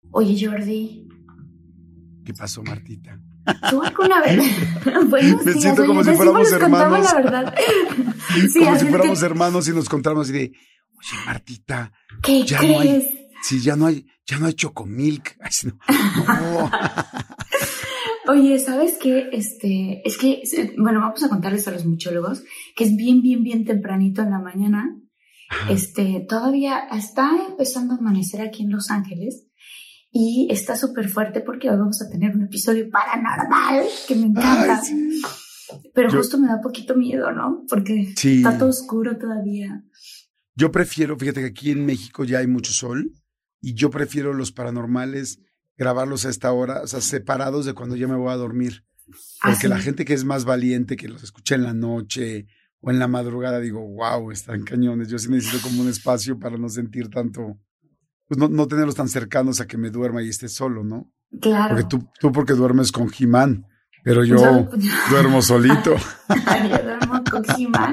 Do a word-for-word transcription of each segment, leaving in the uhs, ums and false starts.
Oye, Jordi. ¿Qué pasó, Martita? ¿Tú alguna vez? Buenos Me días, siento como oye, si fuéramos les contaba hermanos. la verdad. Sí, como así si es fuéramos que, hermanos y nos contáramos y de, oye, Martita, ¿qué ya crees? no hay, sí, ya no hay, ya no hay chocomilk. Ay, no. no. Oye, ¿sabes qué? Este, es que, bueno, vamos a contarles a los muchólogos que es bien, bien, bien tempranito en la mañana. Ajá. Este, todavía está empezando a amanecer aquí en Los Ángeles y está súper fuerte porque hoy vamos a tener un episodio paranormal que me encanta. Ay, sí. Pero Yo, justo me da poquito miedo, ¿no? Porque sí. está todo oscuro todavía. Yo prefiero, fíjate que aquí en México ya hay mucho sol y yo prefiero los paranormales grabarlos a esta hora, o sea, separados de cuando ya me voy a dormir. Porque ¿Ah, sí? la gente que es más valiente, que los escucha en la noche o en la madrugada, digo, wow, están cañones. Yo sí necesito como un espacio para no sentir tanto, pues no, no tenerlos tan cercanos a que me duerma y esté solo, ¿no? Claro. Porque tú, tú porque duermes con He-Man, pero yo, yo duermo solito. Yo duermo con He-Man.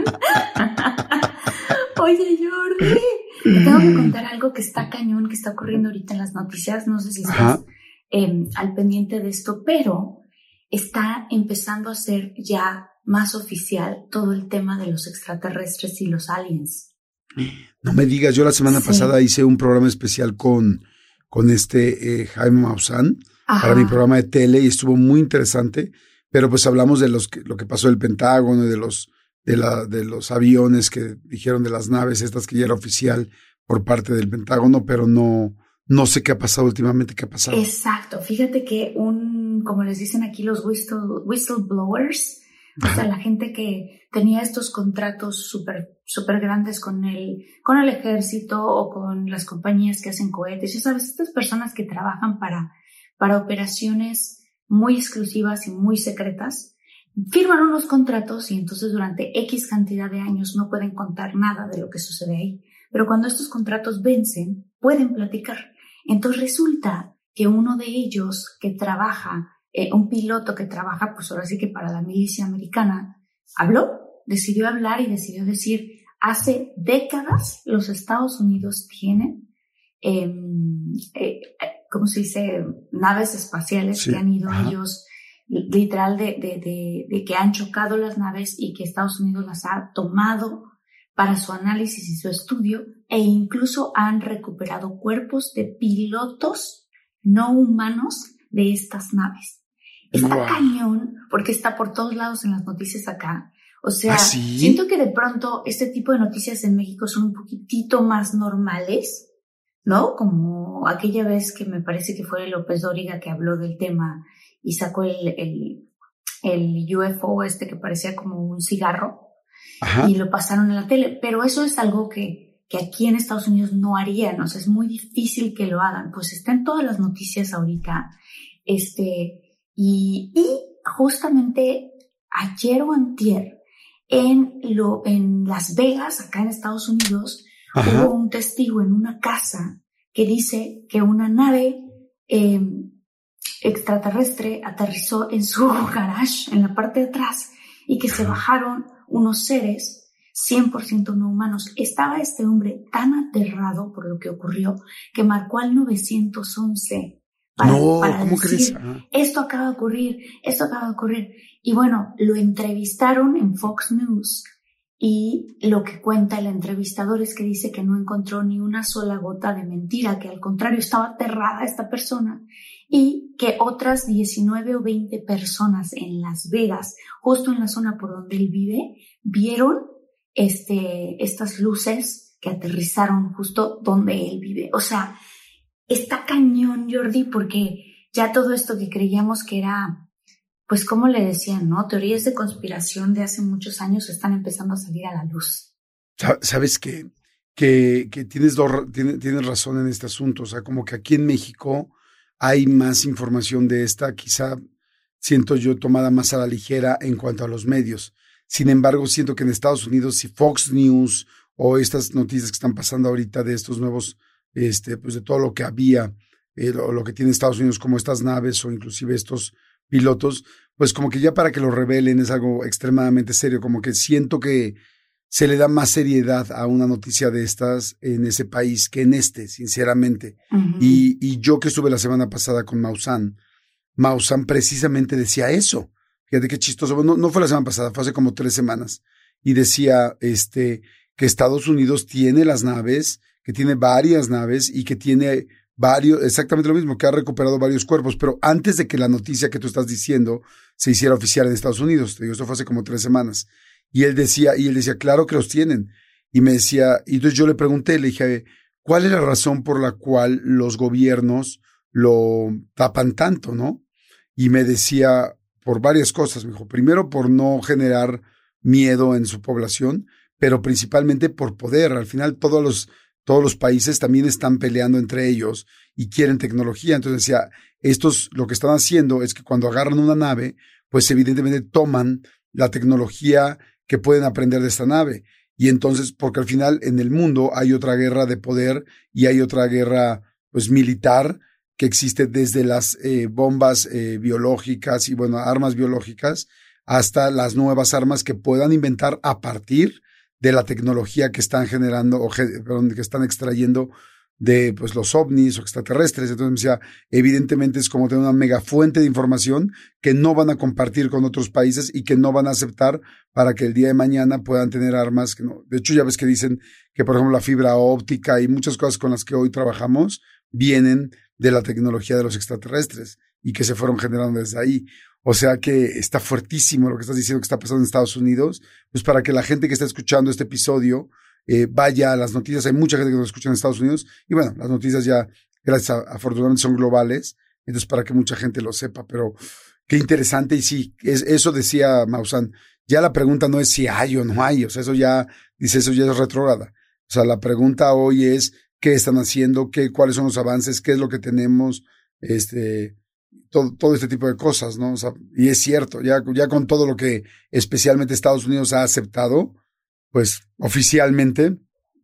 Oye, Jordi, te tengo que contar algo que está cañón, que está ocurriendo ahorita en las noticias. No sé si estás eh, al pendiente de esto, pero está empezando a ser ya más oficial todo el tema de los extraterrestres y los aliens. No me digas, yo la semana Sí. pasada hice un programa especial con, con este eh, Jaime Maussan Ajá. para mi programa de tele y estuvo muy interesante, pero pues hablamos de los que, lo que pasó del Pentágono y de los, de, la, de los aviones que dijeron de las naves estas que ya era oficial por parte del Pentágono, pero no, no sé qué ha pasado últimamente, qué ha pasado. Exacto, fíjate que un, como les dicen aquí los whistle, whistleblowers, Ajá. o sea, la gente que tenía estos contratos súper súper grandes con el, con el ejército o con las compañías que hacen cohetes, ya sabes, estas personas que trabajan para, para operaciones muy exclusivas y muy secretas, firman unos contratos y entonces durante X cantidad de años no pueden contar nada de lo que sucede ahí. Pero cuando estos contratos vencen, pueden platicar. Entonces resulta que uno de ellos que trabaja, eh, un piloto que trabaja, pues ahora sí que para la milicia americana, habló, decidió hablar y decidió decir, hace décadas los Estados Unidos tienen, eh, eh, ¿cómo se dice?, naves espaciales Sí. que han ido Ajá. ellos, literal, de, de, de, de que han chocado las naves y que Estados Unidos las ha tomado para su análisis y su estudio, e incluso han recuperado cuerpos de pilotos no humanos de estas naves. Está Wow. cañón, porque está por todos lados en las noticias acá. O sea, ¿Ah, sí? siento que de pronto este tipo de noticias en México son un poquitito más normales, ¿no? Como aquella vez que me parece que fue López Dóriga que habló del tema y sacó el, el, el U F O este que parecía como un cigarro. Ajá. Y lo pasaron en la tele, pero eso es algo que, que aquí en Estados Unidos no harían, o sea, es muy difícil que lo hagan, pues está en todas las noticias ahorita, este, y, y justamente ayer o antier, en, lo, en Las Vegas, acá en Estados Unidos, Ajá. hubo un testigo en una casa que dice que una nave eh, extraterrestre aterrizó en su garage, en la parte de atrás, y que se bajaron unos seres cien por ciento no humanos. Estaba este hombre tan aterrado por lo que ocurrió que marcó al nueve once para, No, para ¿cómo decir, crees? Ajá. esto acaba de ocurrir, esto acaba de ocurrir. Y bueno, lo entrevistaron en Fox News y lo que cuenta el entrevistador es que dice que no encontró ni una sola gota de mentira, que al contrario estaba aterrada esta persona, y que otras diecinueve o veinte personas en Las Vegas, justo en la zona por donde él vive, vieron este, estas luces que aterrizaron justo donde él vive. O sea, está cañón, Jordi, porque ya todo esto que creíamos que era, pues como le decían, ¿no? Teorías de conspiración de hace muchos años están empezando a salir a la luz. ¿Sabes qué? Que, que tienes, do, tienes, tienes razón en este asunto. O sea, como que aquí en México hay más información de esta, quizá siento yo tomada más a la ligera en cuanto a los medios. Sin embargo, siento que en Estados Unidos, si Fox News o estas noticias que están pasando ahorita de estos nuevos, este, pues de todo lo que había, eh, lo, lo que tiene Estados Unidos como estas naves o inclusive estos pilotos, pues como que ya para que lo revelen es algo extremadamente serio, como que siento que se le da más seriedad a una noticia de estas en ese país que en este, sinceramente. Uh-huh. Y, y yo que estuve la semana pasada con Maussan, Maussan precisamente decía eso. Fíjate qué chistoso. No, no fue la semana pasada, fue hace como tres semanas. Y decía este, que Estados Unidos tiene las naves, que tiene varias naves y que tiene varios, exactamente lo mismo, que ha recuperado varios cuerpos. Pero antes de que la noticia que tú estás diciendo se hiciera oficial en Estados Unidos, te digo, esto fue hace como tres semanas. Y él decía, y él decía, claro que los tienen. Y me decía, y entonces yo le pregunté, le dije, ¿cuál es la razón por la cual los gobiernos lo tapan tanto, no? Y me decía, por varias cosas, me dijo, primero por no generar miedo en su población, pero principalmente por poder. Al final todos los, todos los países también están peleando entre ellos y quieren tecnología. Entonces decía, estos lo que están haciendo es que cuando agarran una nave, pues evidentemente toman la tecnología que pueden aprender de esta nave. Y entonces, porque al final en el mundo hay otra guerra de poder y hay otra guerra pues militar que existe desde las eh, bombas eh, biológicas y, bueno, armas biológicas hasta las nuevas armas que puedan inventar a partir de la tecnología que están generando o perdón, que están extrayendo de pues los ovnis o extraterrestres. Entonces me decía, evidentemente es como tener una mega fuente de información que no van a compartir con otros países y que no van a aceptar para que el día de mañana puedan tener armas que no. De hecho, ya ves que dicen que, por ejemplo, la fibra óptica y muchas cosas con las que hoy trabajamos vienen de la tecnología de los extraterrestres y que se fueron generando desde ahí. O sea que está fuertísimo lo que estás diciendo que está pasando en Estados Unidos, pues para que la gente que está escuchando este episodio eh, vaya a las noticias. Hay mucha gente que nos escucha en Estados Unidos y bueno, las noticias ya, gracias a, afortunadamente son globales, entonces para que mucha gente lo sepa, pero qué interesante. Y sí, es, eso decía Maussan, ya la pregunta no es si hay o no hay, o sea, eso ya, dice, eso ya es retrógrada. O sea, la pregunta hoy es qué están haciendo, qué, cuáles son los avances, qué es lo que tenemos, este, todo, todo este tipo de cosas, ¿no? O sea, y es cierto, ya, ya con todo lo que especialmente Estados Unidos ha aceptado, pues oficialmente,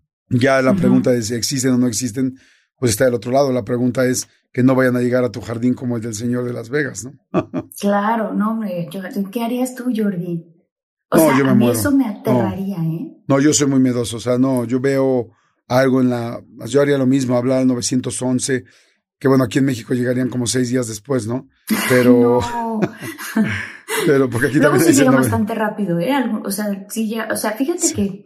ya la uh-huh. pregunta de si existen o no existen, pues está del otro lado. La pregunta es que no vayan a llegar a tu jardín como el del señor de Las Vegas, ¿no? Claro, no, hombre, ¿qué harías tú, Jordi? O no, sea, yo me a mí muero. Eso me aterraría, no. ¿eh? No, yo soy muy miedoso, o sea, no, yo veo algo en la, yo haría lo mismo, hablar al nueve once, que bueno, aquí en México llegarían como seis días después, ¿no? Pero, no. pero porque aquí Luego también sí llega no, bastante rápido, ¿eh? O sea, sí ya, o sea, fíjate sí. que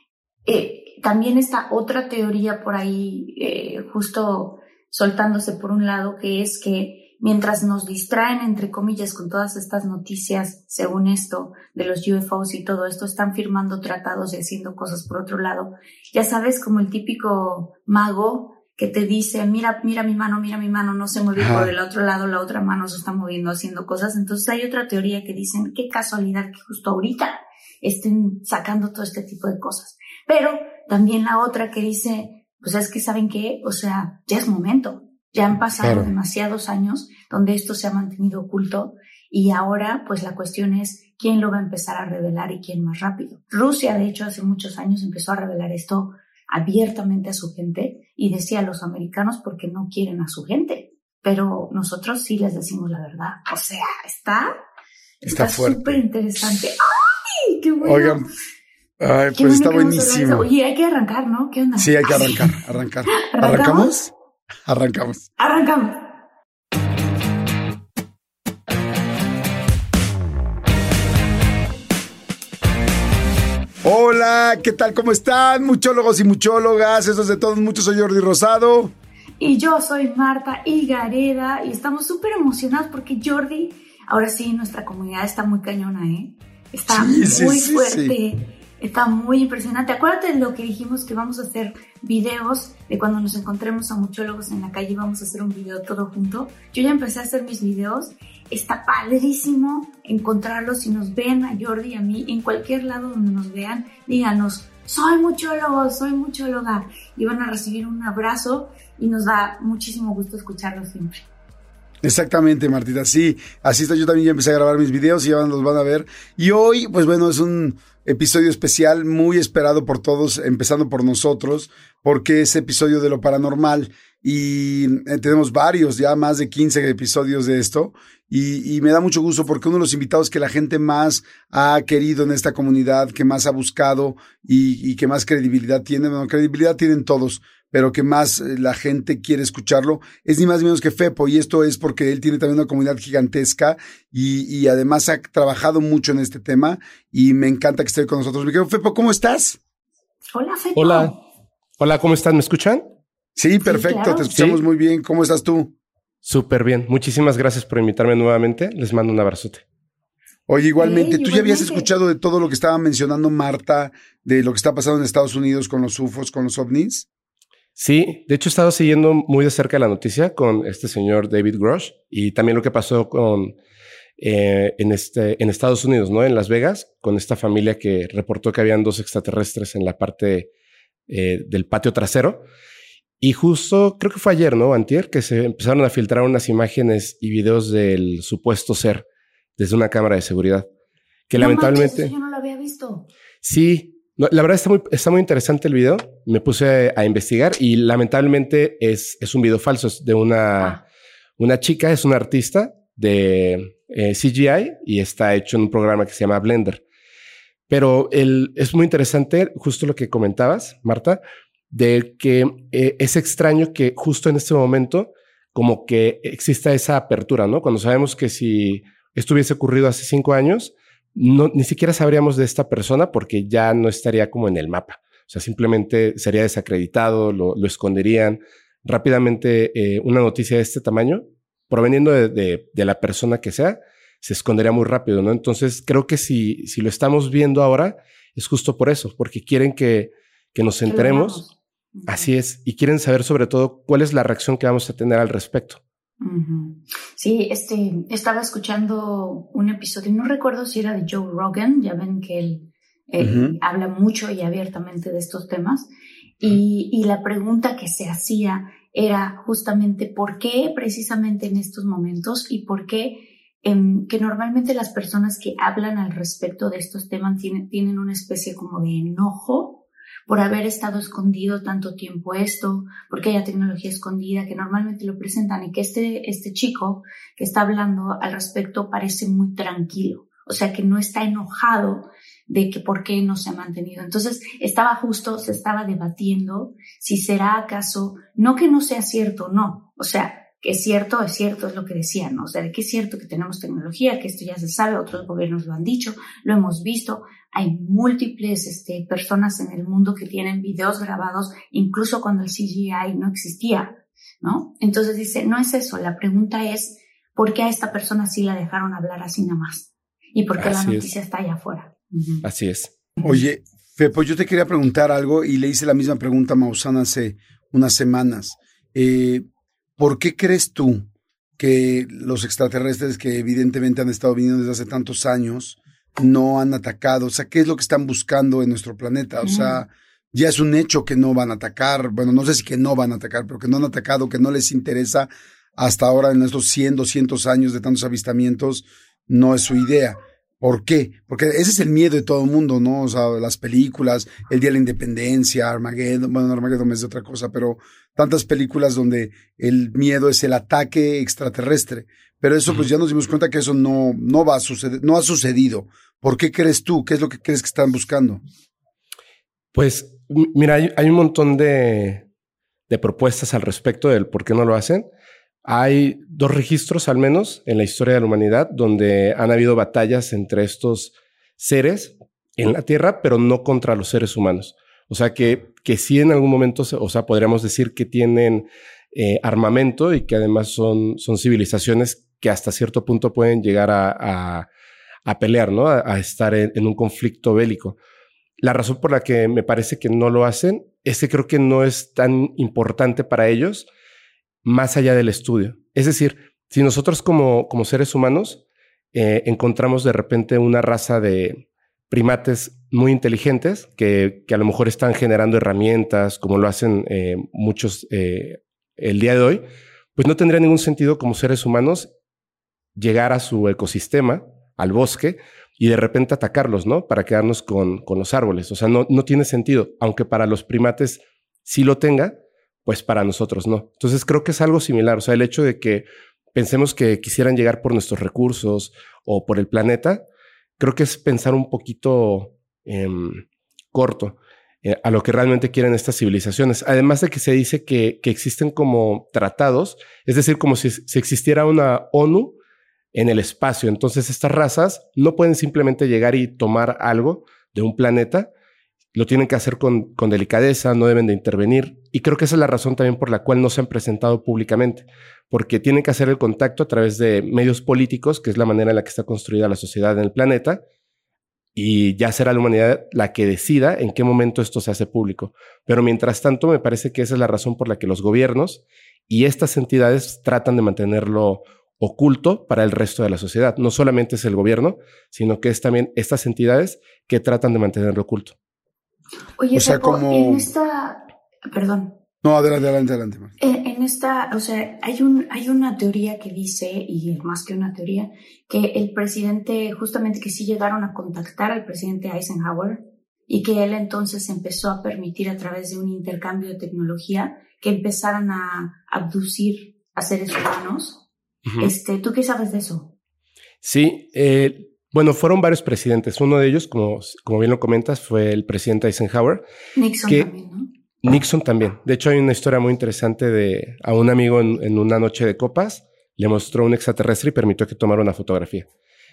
eh, también está otra teoría por ahí, eh, justo soltándose por un lado, que es que mientras nos distraen, entre comillas, con todas estas noticias, según esto, de los U F Os y todo esto, están firmando tratados y haciendo cosas por otro lado. Ya sabes, como el típico mago que te dice, mira, mira mi mano, mira mi mano, no se mueve por el otro lado, la otra mano se está moviendo, haciendo cosas. Entonces hay otra teoría que dicen, qué casualidad que justo ahorita estén sacando todo este tipo de cosas. Pero también la otra que dice, pues es que ¿saben qué? O sea, ya es momento. Ya han pasado claro. demasiados años donde esto se ha mantenido oculto y ahora pues la cuestión es quién lo va a empezar a revelar y quién más rápido. Rusia, de hecho, hace muchos años empezó a revelar esto abiertamente a su gente y decía a los americanos porque no quieren a su gente, pero nosotros sí les decimos la verdad. O sea, está está súper interesante. ¡Ay, qué bueno! Oigan, ay, pues bueno está buenísimo. Oye, hay que arrancar, ¿no? ¿Qué onda? Sí, hay que arrancar, arrancar. ¿Arrancamos? Arrancamos. Arrancamos. Hola, ¿qué tal? ¿Cómo están? Muchólogos y muchólogas, eso es de todos muchos, soy Jordi Rosado. Y yo soy Marta Higareda y estamos súper emocionados porque Jordi, ahora sí, nuestra comunidad está muy cañona, ¿eh? Está sí, muy sí, fuerte. Sí, sí. Está muy impresionante. Acuérdate de lo que dijimos que vamos a hacer videos de cuando nos encontremos a muchólogos en la calle, vamos a hacer un video todo junto. Yo ya empecé a hacer mis videos. Está padrísimo encontrarlos. Si nos ven a Jordi y a mí, en cualquier lado donde nos vean, díganos, soy muchólogo, soy muchóloga. Y van a recibir un abrazo y nos da muchísimo gusto escucharlos siempre. Exactamente, Martita, sí, así está, yo también ya empecé a grabar mis videos y ya los van a ver. Y hoy, pues bueno, es un episodio especial muy esperado por todos, empezando por nosotros, porque es episodio de lo paranormal y eh, tenemos varios, ya más de quince episodios de esto y, y me da mucho gusto porque uno de los invitados que la gente más ha querido en esta comunidad, que más ha buscado y, y que más credibilidad tiene, bueno, credibilidad tienen todos, pero que más la gente quiere escucharlo, es ni más ni menos que Fepo, y esto es porque él tiene también una comunidad gigantesca y, y además ha trabajado mucho en este tema y me encanta que esté con nosotros. Mi querido Fepo, ¿cómo estás? Hola, Fepo. Hola. Hola, ¿cómo están? ¿Me escuchan? Sí, perfecto, sí, claro. Te escuchamos ¿Sí? muy bien. ¿Cómo estás tú? Súper bien. Muchísimas gracias por invitarme nuevamente. Les mando un abrazote. Oye, igualmente, hey, ¿tú igualmente. ya habías escuchado de todo lo que estaba mencionando Marta, de lo que está pasando en Estados Unidos con los U F Os, con los ovnis? Sí, de hecho he estado siguiendo muy de cerca la noticia con este señor David Grush y también lo que pasó con eh, en, este, en Estados Unidos, ¿no? En Las Vegas, con esta familia que reportó que habían dos extraterrestres en la parte eh, del patio trasero. Y justo, creo que fue ayer, ¿no? Antier, que se empezaron a filtrar unas imágenes y videos del supuesto ser desde una cámara de seguridad. Que no lamentablemente... Manches, yo no lo había visto. Sí. No, la verdad está muy, está muy interesante el video. Me puse a, a investigar y lamentablemente es, es un video falso. Es de una, ah. una chica, es una artista de eh, C G I y está hecho en un programa que se llama Blender. Pero el, es muy interesante justo lo que comentabas, Marta, de que eh, es extraño que justo en este momento como que exista esa apertura, ¿no? Cuando sabemos que si esto hubiese ocurrido hace cinco años... No, ni siquiera sabríamos de esta persona porque ya no estaría como en el mapa. O sea, simplemente sería desacreditado, lo, lo esconderían. Rápidamente, eh, una noticia de este tamaño, proveniendo de, de, de la persona que sea, se escondería muy rápido, ¿no? Entonces, creo que si, si lo estamos viendo ahora, es justo por eso, porque quieren que, que nos enteremos. Así es. Y quieren saber sobre todo cuál es la reacción que vamos a tener al respecto. Uh-huh. Sí, este, estaba escuchando un episodio, no recuerdo si era de Joe Rogan, ya ven que él eh, uh-huh. habla mucho y abiertamente de estos temas, y, y la pregunta que se hacía era justamente por qué precisamente en estos momentos y por qué eh, que normalmente las personas que hablan al respecto de estos temas tienen, tienen una especie como de enojo por haber estado escondido tanto tiempo esto, porque haya tecnología escondida que normalmente lo presentan y que este, este chico que está hablando al respecto parece muy tranquilo, o sea que no está enojado de que por qué no se ha mantenido. Entonces estaba justo, se estaba debatiendo si será acaso, no que no sea cierto, no, o sea, que es cierto, es cierto, es lo que decían, ¿no? O sea, de que es cierto que tenemos tecnología, que esto ya se sabe, otros gobiernos lo han dicho, lo hemos visto. Hay múltiples este, personas en el mundo que tienen videos grabados, incluso cuando el C G I no existía, ¿no? Entonces dice, no es eso, la pregunta es, ¿por qué a esta persona sí la dejaron hablar así nada más? ¿Y por qué así la noticia es. está allá afuera? Uh-huh. Así es. Oye, Fepo, yo te quería preguntar algo y le hice la misma pregunta a Maussan hace unas semanas. Eh, ¿Por qué crees tú que los extraterrestres que evidentemente han estado viniendo desde hace tantos años no han atacado? O sea, ¿qué es lo que están buscando en nuestro planeta? O sea, ya es un hecho que no van a atacar. Bueno, no sé si que no van a atacar, pero que no han atacado, que no les interesa hasta ahora en estos cien, doscientos años de tantos avistamientos, no es su idea. ¿Por qué? Porque ese es el miedo de todo el mundo, ¿no? O sea, las películas, el Día de la Independencia, Armageddon, bueno, Armageddon es de otra cosa, pero tantas películas donde el miedo es el ataque extraterrestre. Pero eso, pues ya nos dimos cuenta que eso no, no va a suceder, no ha sucedido. ¿Por qué crees tú? ¿Qué es lo que crees que están buscando? Pues, mira, hay, hay un montón de, de propuestas al respecto del por qué no lo hacen. Hay dos registros, al menos, en la historia de la humanidad, donde han habido batallas entre estos seres en la Tierra, pero no contra los seres humanos. O sea, que, que sí en algún momento, o sea, podríamos decir que tienen eh, armamento y que además son, son civilizaciones que hasta cierto punto pueden llegar a, a, a pelear, ¿no? A, a estar en, en un conflicto bélico. La razón por la que me parece que no lo hacen es que creo que no es tan importante para ellos más allá del estudio. Es decir, si nosotros como, como seres humanos eh, encontramos de repente una raza de primates muy inteligentes que, que a lo mejor están generando herramientas como lo hacen eh, muchos eh, el día de hoy, pues no tendría ningún sentido como seres humanos llegar a su ecosistema, al bosque, y de repente atacarlos, ¿no? Para quedarnos con, con los árboles. O sea, no, no tiene sentido. Aunque para los primates sí lo tenga, pues para nosotros no. Entonces creo que es algo similar. O sea, el hecho de que pensemos que quisieran llegar por nuestros recursos o por el planeta, creo que es pensar un poquito eh, corto eh, a lo que realmente quieren estas civilizaciones. Además de que se dice que, que existen como tratados, es decir, como si, si existiera una ONU en el espacio. Entonces estas razas no pueden simplemente llegar y tomar algo de un planeta, lo tienen que hacer con, con delicadeza, no deben de intervenir. Y creo que esa es la razón también por la cual no se han presentado públicamente, porque tienen que hacer el contacto a través de medios políticos, que es la manera en la que está construida la sociedad en el planeta, y ya será la humanidad la que decida en qué momento esto se hace público. Pero mientras tanto, me parece que esa es la razón por la que los gobiernos y estas entidades tratan de mantenerlo oculto para el resto de la sociedad. No solamente es el gobierno, sino que es también estas entidades que tratan de mantenerlo oculto. Oye, o sea, Pepo, como... en esta... Perdón. No, adelante, adelante, adelante. En, en esta, o sea, hay, un, hay una teoría que dice, y más que una teoría, que el presidente, justamente que sí llegaron a contactar al presidente Eisenhower y que él entonces empezó a permitir a través de un intercambio de tecnología que empezaran a abducir a seres humanos. Uh-huh. Este, ¿tú qué sabes de eso? Sí, eh... Bueno, fueron varios presidentes. Uno de ellos, como, como bien lo comentas, fue el presidente Eisenhower. Nixon que, también, ¿no? Nixon también. De hecho, hay una historia muy interesante de a un amigo en, en una noche de copas, le mostró un extraterrestre y permitió que tomara una fotografía.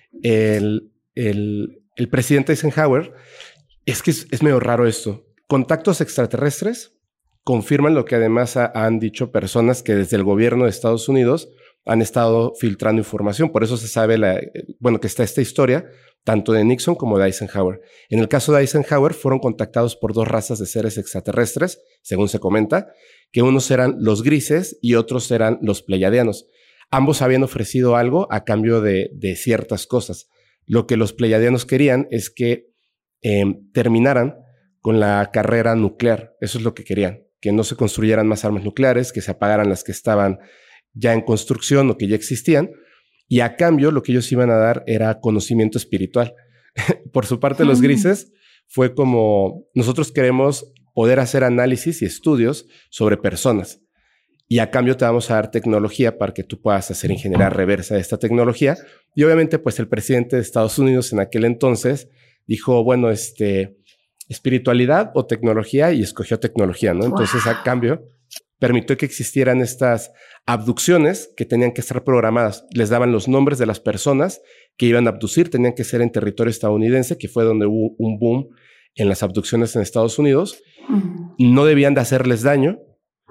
El, el, el presidente Eisenhower, es que es, es medio raro esto. Contactos extraterrestres confirman lo que además ha, han dicho personas que desde el gobierno de Estados Unidos han estado filtrando información. Por eso se sabe, la, bueno, que está esta historia, tanto de Nixon como de Eisenhower. En el caso de Eisenhower, fueron contactados por dos razas de seres extraterrestres, según se comenta, que unos eran los grises y otros eran los pleiadianos. Ambos habían ofrecido algo a cambio de, de ciertas cosas. Lo que los pleiadianos querían es que eh, terminaran con la carrera nuclear. Eso es lo que querían, que no se construyeran más armas nucleares, que se apagaran las que estaban ya en construcción o que ya existían, y a cambio lo que ellos iban a dar era conocimiento espiritual. Por su parte, los grises fue como, nosotros queremos poder hacer análisis y estudios sobre personas, y a cambio te vamos a dar tecnología para que tú puedas hacer ingeniería reversa de esta tecnología. Y obviamente, pues el presidente de Estados Unidos en aquel entonces dijo, bueno, este, espiritualidad o tecnología, y escogió tecnología, ¿no? Entonces, a cambio, permitió que existieran estas abducciones que tenían que estar programadas. Les daban los nombres de las personas que iban a abducir, tenían que ser en territorio estadounidense, que fue donde hubo un boom en las abducciones en Estados Unidos. Uh-huh. No debían de hacerles daño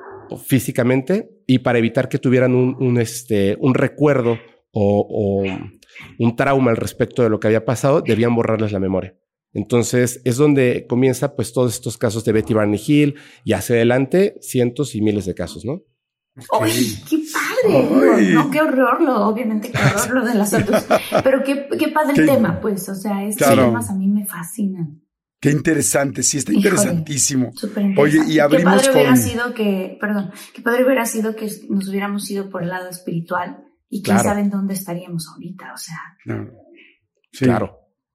físicamente, y para evitar que tuvieran un, un, este, un recuerdo o, o un trauma al respecto de lo que había pasado, debían borrarles la memoria. Entonces es donde comienza pues todos estos casos de Betty Barney Hill, y hacia adelante cientos y miles de casos, ¿no? ¡Ay, qué padre! No, no, qué horror, lo, obviamente qué horror lo de las abducciones, pero qué, qué padre ¿Qué? el tema, pues, o sea, estos claro. temas a mí me fascinan. Qué interesante, sí, está Híjole, interesantísimo. Interesante. Oye, y abrimos qué padre con... hubiera sido que, perdón, qué padre hubiera sido que nos hubiéramos ido por el lado espiritual, y quién claro. sabe en dónde estaríamos ahorita, o sea. Claro. Sí. Claro.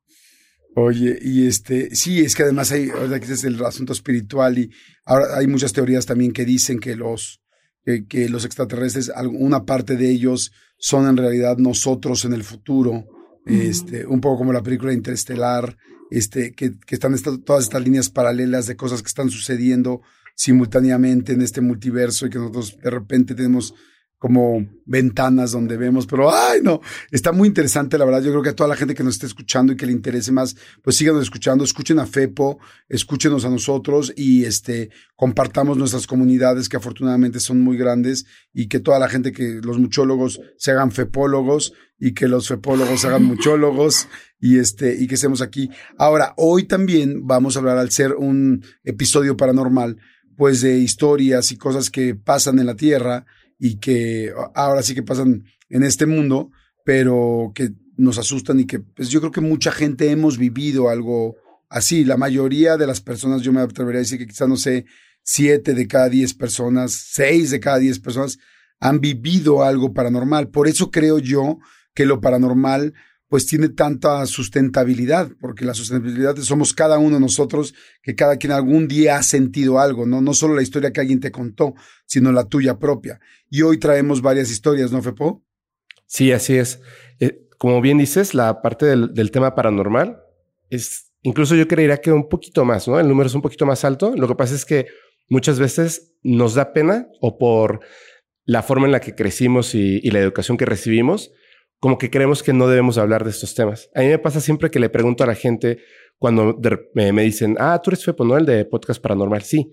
Oye, y este, sí, es que además hay, ahora que es el asunto espiritual, y ahora hay muchas teorías también que dicen que los, que, que los extraterrestres, una parte de ellos son en realidad nosotros en el futuro, mm. este, un poco como la película Interestelar, este, que, que están esta, todas estas líneas paralelas de cosas que están sucediendo simultáneamente en este multiverso, y que nosotros de repente tenemos como ventanas donde vemos, pero ¡ay, no! Está muy interesante, la verdad. Yo creo que a toda la gente que nos esté escuchando y que le interese más, pues síganos escuchando, escuchen a Fepo, escúchenos a nosotros, y este, compartamos nuestras comunidades, que afortunadamente son muy grandes, y que toda la gente, que los muchólogos se hagan fepólogos, y que los fepólogos se hagan muchólogos, y este, y que estemos aquí. Ahora, hoy también vamos a hablar, al ser un episodio paranormal, pues de historias y cosas que pasan en la Tierra, y que ahora sí que pasan en este mundo, pero que nos asustan, y que pues yo creo que mucha gente hemos vivido algo así. La mayoría de las personas, yo me atrevería a decir que quizás, no sé, siete de cada diez personas, seis de cada diez personas han vivido algo paranormal. Por eso creo yo que lo paranormal pues tiene tanta sustentabilidad, porque la sustentabilidad somos cada uno de nosotros, que cada quien algún día ha sentido algo, ¿no? No solo la historia que alguien te contó, sino la tuya propia. Y hoy traemos varias historias, ¿no, Fepo? Sí, así es. Eh, como bien dices, la parte del, del tema paranormal es, incluso yo creería que un poquito más, ¿no? El número es un poquito más alto. Lo que pasa es que muchas veces nos da pena, o por la forma en la que crecimos y, y la educación que recibimos, como que creemos que no debemos hablar de estos temas. A mí me pasa siempre que le pregunto a la gente cuando de, me, me dicen, ah, tú eres Fepo, ¿no? El de Podcast Paranormal. Sí.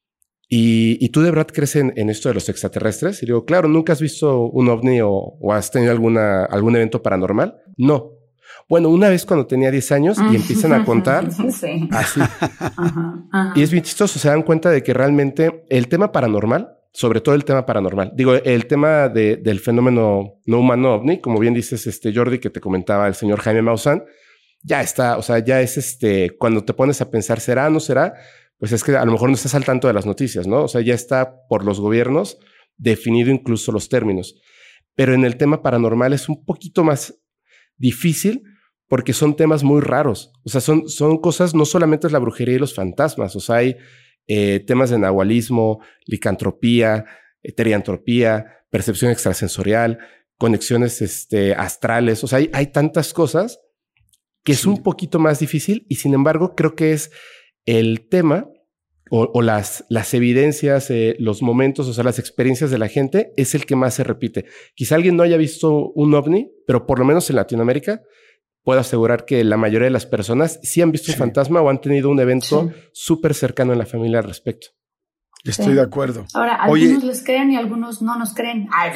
¿Y, y tú de verdad crees en, en esto de los extraterrestres? Y digo, claro, ¿nunca has visto un ovni o, o has tenido alguna, algún evento paranormal? No. Bueno, una vez cuando tenía diez años y empiezan a contar sí. así. Ajá, ajá. Y es bien chistoso, se dan cuenta de que realmente el tema paranormal, sobre todo el tema paranormal, digo, el tema de, del fenómeno no humano ovni, como bien dices, este Jordi, que te comentaba el señor Jaime Maussan, ya está, o sea, ya es este, cuando te pones a pensar, ¿será o no será? Pues es que a lo mejor no estás al tanto de las noticias, ¿no? O sea, ya está por los gobiernos definido incluso los términos. Pero en el tema paranormal es un poquito más difícil porque son temas muy raros. O sea, son, son cosas, no solamente es la brujería y los fantasmas, o sea, hay eh, temas de nahualismo, licantropía, teriantropía, percepción extrasensorial, conexiones este, astrales. O sea, hay, hay tantas cosas que es sí. un poquito más difícil y sin embargo creo que es el tema o, o las, las evidencias, eh, los momentos, o sea, las experiencias de la gente es el que más se repite. Quizá alguien no haya visto un ovni, pero por lo menos en Latinoamérica puedo asegurar que la mayoría de las personas sí han visto sí. un fantasma o han tenido un evento súper sí. cercano en la familia al respecto. Estoy sí. de acuerdo. Ahora, algunos Oye, les creen y algunos no nos creen. Ay,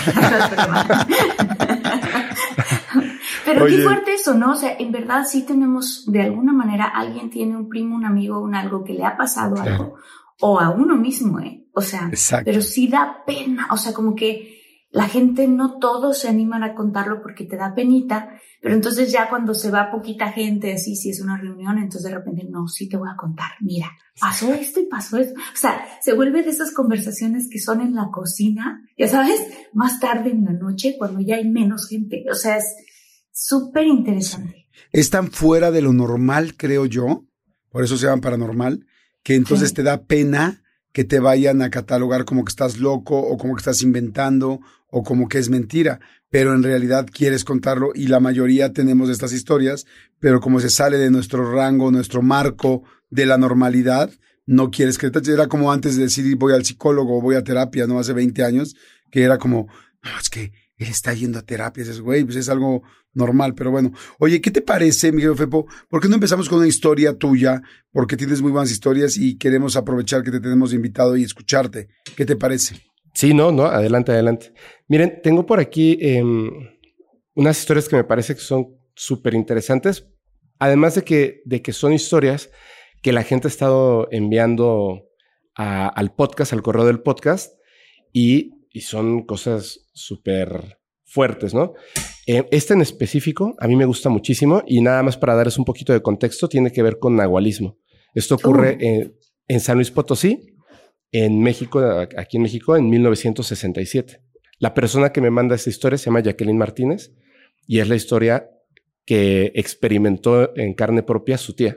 Pero Oye. qué fuerte eso, ¿no? O sea, en verdad sí tenemos, de alguna manera, alguien tiene un primo, un amigo, un algo que le ha pasado claro. algo. O a uno mismo, ¿eh? O sea, Exacto. pero sí da pena. O sea, como que la gente no todos se animan a contarlo porque te da penita. Pero entonces ya cuando se va poquita gente, así, si es una reunión, entonces de repente, no, sí te voy a contar. Mira, pasó esto y pasó esto. O sea, se vuelve de esas conversaciones que son en la cocina, ya sabes, más tarde en la noche, cuando ya hay menos gente. O sea, es súper interesante. Es tan fuera de lo normal, creo yo, por eso se llama paranormal, que entonces sí. te da pena que te vayan a catalogar como que estás loco o como que estás inventando o como que es mentira, pero en realidad quieres contarlo y la mayoría tenemos estas historias, pero como se sale de nuestro rango, nuestro marco de la normalidad, no quieres que... Era como antes de decir voy al psicólogo o voy a terapia, ¿no? Hace veinte años, que era como, no, es que él está yendo a terapia, es güey, pues es algo normal, pero bueno. Oye, ¿qué te parece, Miguel Fepo? ¿Por qué no empezamos con una historia tuya? Porque tienes muy buenas historias y queremos aprovechar que te tenemos invitado y escucharte. ¿Qué te parece? Sí, no, no, adelante, adelante. Miren, tengo por aquí eh, unas historias que me parece que son súper interesantes, además de que, de que son historias que la gente ha estado enviando a, al podcast, al correo del podcast, y, y son cosas súper fuertes, ¿no? Eh, este en específico a mí me gusta muchísimo y nada más para darles un poquito de contexto, tiene que ver con nahualismo. Esto ocurre uh. en, en San Luis Potosí, en México, aquí en México, en mil novecientos sesenta y siete. La persona que me manda esta historia se llama Jacqueline Martínez y es la historia que experimentó en carne propia su tía.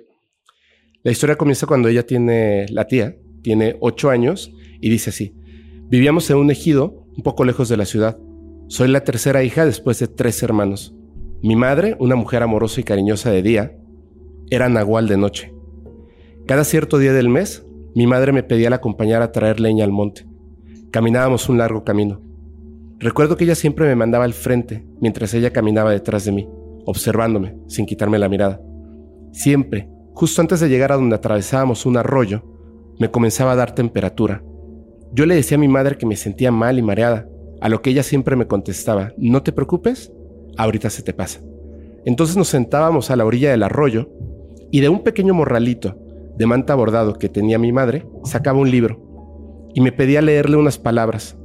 La historia comienza cuando ella tiene, la tía, tiene ocho años y dice así: vivíamos en un ejido un poco lejos de la ciudad. Soy la tercera hija después de tres hermanos. Mi madre, una mujer amorosa y cariñosa de día, era nahual de noche. Cada cierto día del mes, mi madre me pedía la acompañara a traer leña al monte. Caminábamos un largo camino. Recuerdo que ella siempre me mandaba al frente, mientras ella caminaba detrás de mí, observándome, sin quitarme la mirada. Siempre, justo antes de llegar a donde atravesábamos un arroyo, me comenzaba a dar temperatura. Yo le decía a mi madre que me sentía mal y mareada, a lo que ella siempre me contestaba: no te preocupes, ahorita se te pasa. Entonces nos sentábamos a la orilla del arroyo y de un pequeño morralito de manta bordado que tenía mi madre, sacaba un libro y me pedía leerle unas palabras.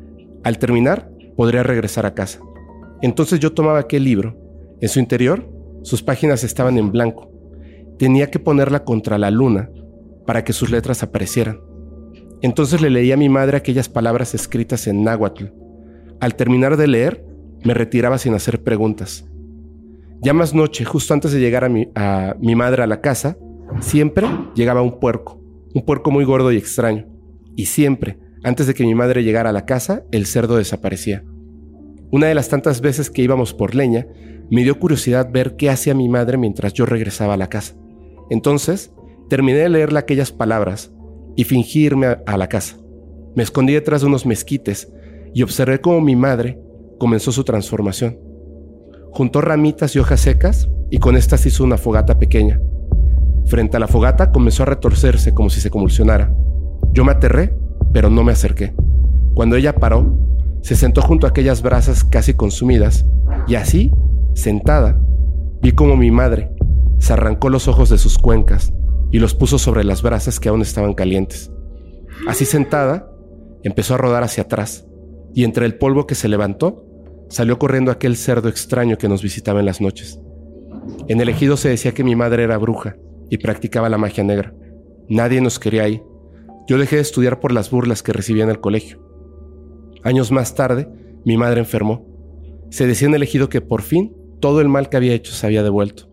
Al terminar, podría regresar a casa. Entonces yo tomaba aquel libro. En su interior, sus páginas estaban en blanco. Tenía que ponerla contra la luna para que sus letras aparecieran. Entonces le leía a mi madre aquellas palabras escritas en náhuatl, Al terminar de leer, me retiraba sin hacer preguntas. Ya más noche, justo antes de llegar a mi, a mi madre a la casa, siempre llegaba un puerco, un puerco muy gordo y extraño. Y siempre, antes de que mi madre llegara a la casa, el cerdo desaparecía. Una de las tantas veces que íbamos por leña, me dio curiosidad ver qué hacía mi madre mientras yo regresaba a la casa. Entonces, terminé de leerle aquellas palabras y fingí irme a, a la casa. Me escondí detrás de unos mezquites y observé cómo mi madre comenzó su transformación. Juntó ramitas y hojas secas y con estas hizo una fogata pequeña. Frente a la fogata comenzó a retorcerse como si se convulsionara. Yo me aterré, pero no me acerqué. Cuando ella paró, se sentó junto a aquellas brasas casi consumidas y así, sentada, vi como mi madre se arrancó los ojos de sus cuencas y los puso sobre las brasas que aún estaban calientes. Así sentada, empezó a rodar hacia atrás y entre el polvo que se levantó, salió corriendo aquel cerdo extraño que nos visitaba en las noches. En el ejido se decía que mi madre era bruja y practicaba la magia negra. Nadie nos quería ahí. Yo dejé de estudiar por las burlas que recibía en el colegio. Años más tarde, mi madre enfermó. Se decía en el ejido que por fin todo el mal que había hecho se había devuelto.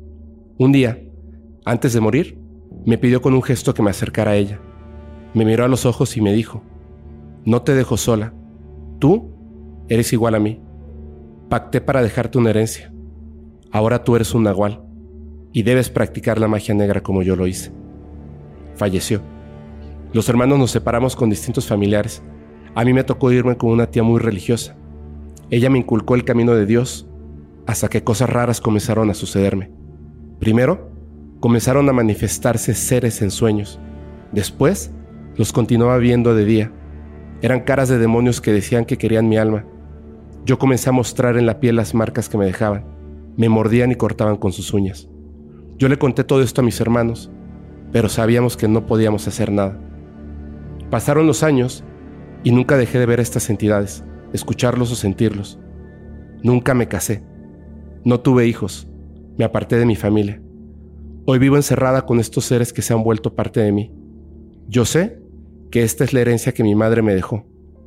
Un día, antes de morir, me pidió con un gesto que me acercara a ella. Me miró a los ojos y me dijo: «No te dejo sola. Tú eres igual a mí. Pacté para dejarte una herencia. Ahora tú eres un nahual y debes practicar la magia negra como yo lo hice». Falleció. Los hermanos nos separamos con distintos familiares. A mí me tocó irme con una tía muy religiosa. Ella me inculcó el camino de Dios hasta que cosas raras comenzaron a sucederme. Primero, comenzaron a manifestarse seres en sueños. Después, los continuaba viendo de día. Eran caras de demonios que decían que querían mi alma. Yo comencé a mostrar en la piel las marcas que me dejaban. Me mordían y cortaban con sus uñas. Yo le conté todo esto a mis hermanos, pero sabíamos que no podíamos hacer nada. Pasaron los años y nunca dejé de ver a estas entidades, escucharlos o sentirlos. Nunca me casé. No tuve hijos. Me aparté de mi familia. Hoy vivo encerrada con estos seres que se han vuelto parte de mí. Yo sé que esta es la herencia que mi madre me dejó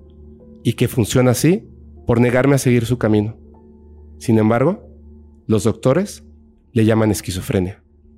y que funciona así por negarme a seguir su camino. Sin embargo, los doctores le llaman esquizofrenia.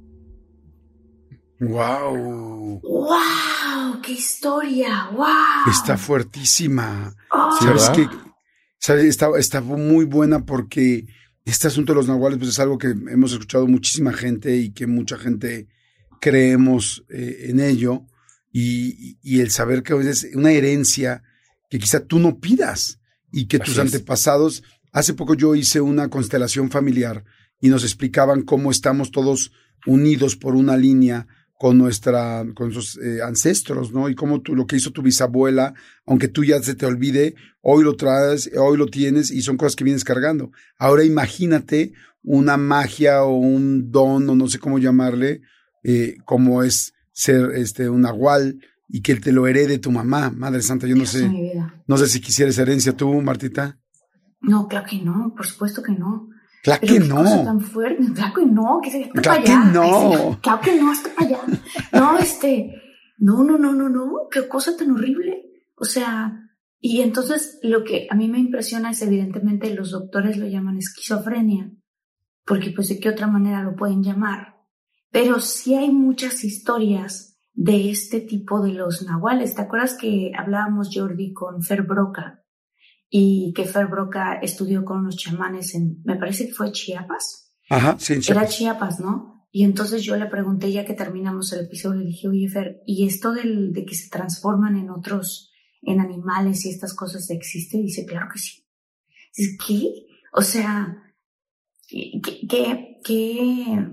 ¡Wow! ¡Wow! ¡Qué historia! ¡Wow! Está fuertísima. Oh. ¿Sabes qué? ¿Sabes? Está, está muy buena porque este asunto de los nahuales pues es algo que hemos escuchado muchísima gente y que mucha gente creemos eh, en ello. Y, y el saber que es una herencia que quizá tú no pidas y que tus antepasados... Hace poco yo hice una constelación familiar y nos explicaban cómo estamos todos unidos por una línea con nuestra, con sus eh, ancestros, ¿no? Y cómo tú, lo que hizo tu bisabuela, aunque tú ya se te olvide, hoy lo traes, hoy lo tienes y son cosas que vienes cargando. Ahora imagínate una magia o un don o no sé cómo llamarle, eh, como es ser este un nahual y que te lo herede tu mamá, Madre Santa. Yo no sé, no sé si quisieras herencia tú, Martita. No, claro que no, por supuesto que no. Claro Pero que qué no. cosa tan fuerte. Claro que no, que se claro que allá. no. Ay, claro que no, hasta para allá. No, este, no, no, no, no, no, qué cosa tan horrible. O sea, y entonces lo que a mí me impresiona es evidentemente los doctores lo llaman esquizofrenia, porque pues de qué otra manera lo pueden llamar. Pero sí hay muchas historias de este tipo de los nahuales. ¿Te acuerdas que hablábamos, Jordi, con Fer Broca? Y que Fer Broca estudió con unos chamanes en, me parece que fue Chiapas. Ajá, sí, en Chiapas. Era Chiapas, ¿no? Y entonces yo le pregunté, ya que terminamos el episodio, le dije, oye, Fer, ¿y esto del, de que se transforman en otros, en animales y estas cosas existe? Y dice, claro que sí. Dice, ¿qué? O sea, ¿qué, qué, qué,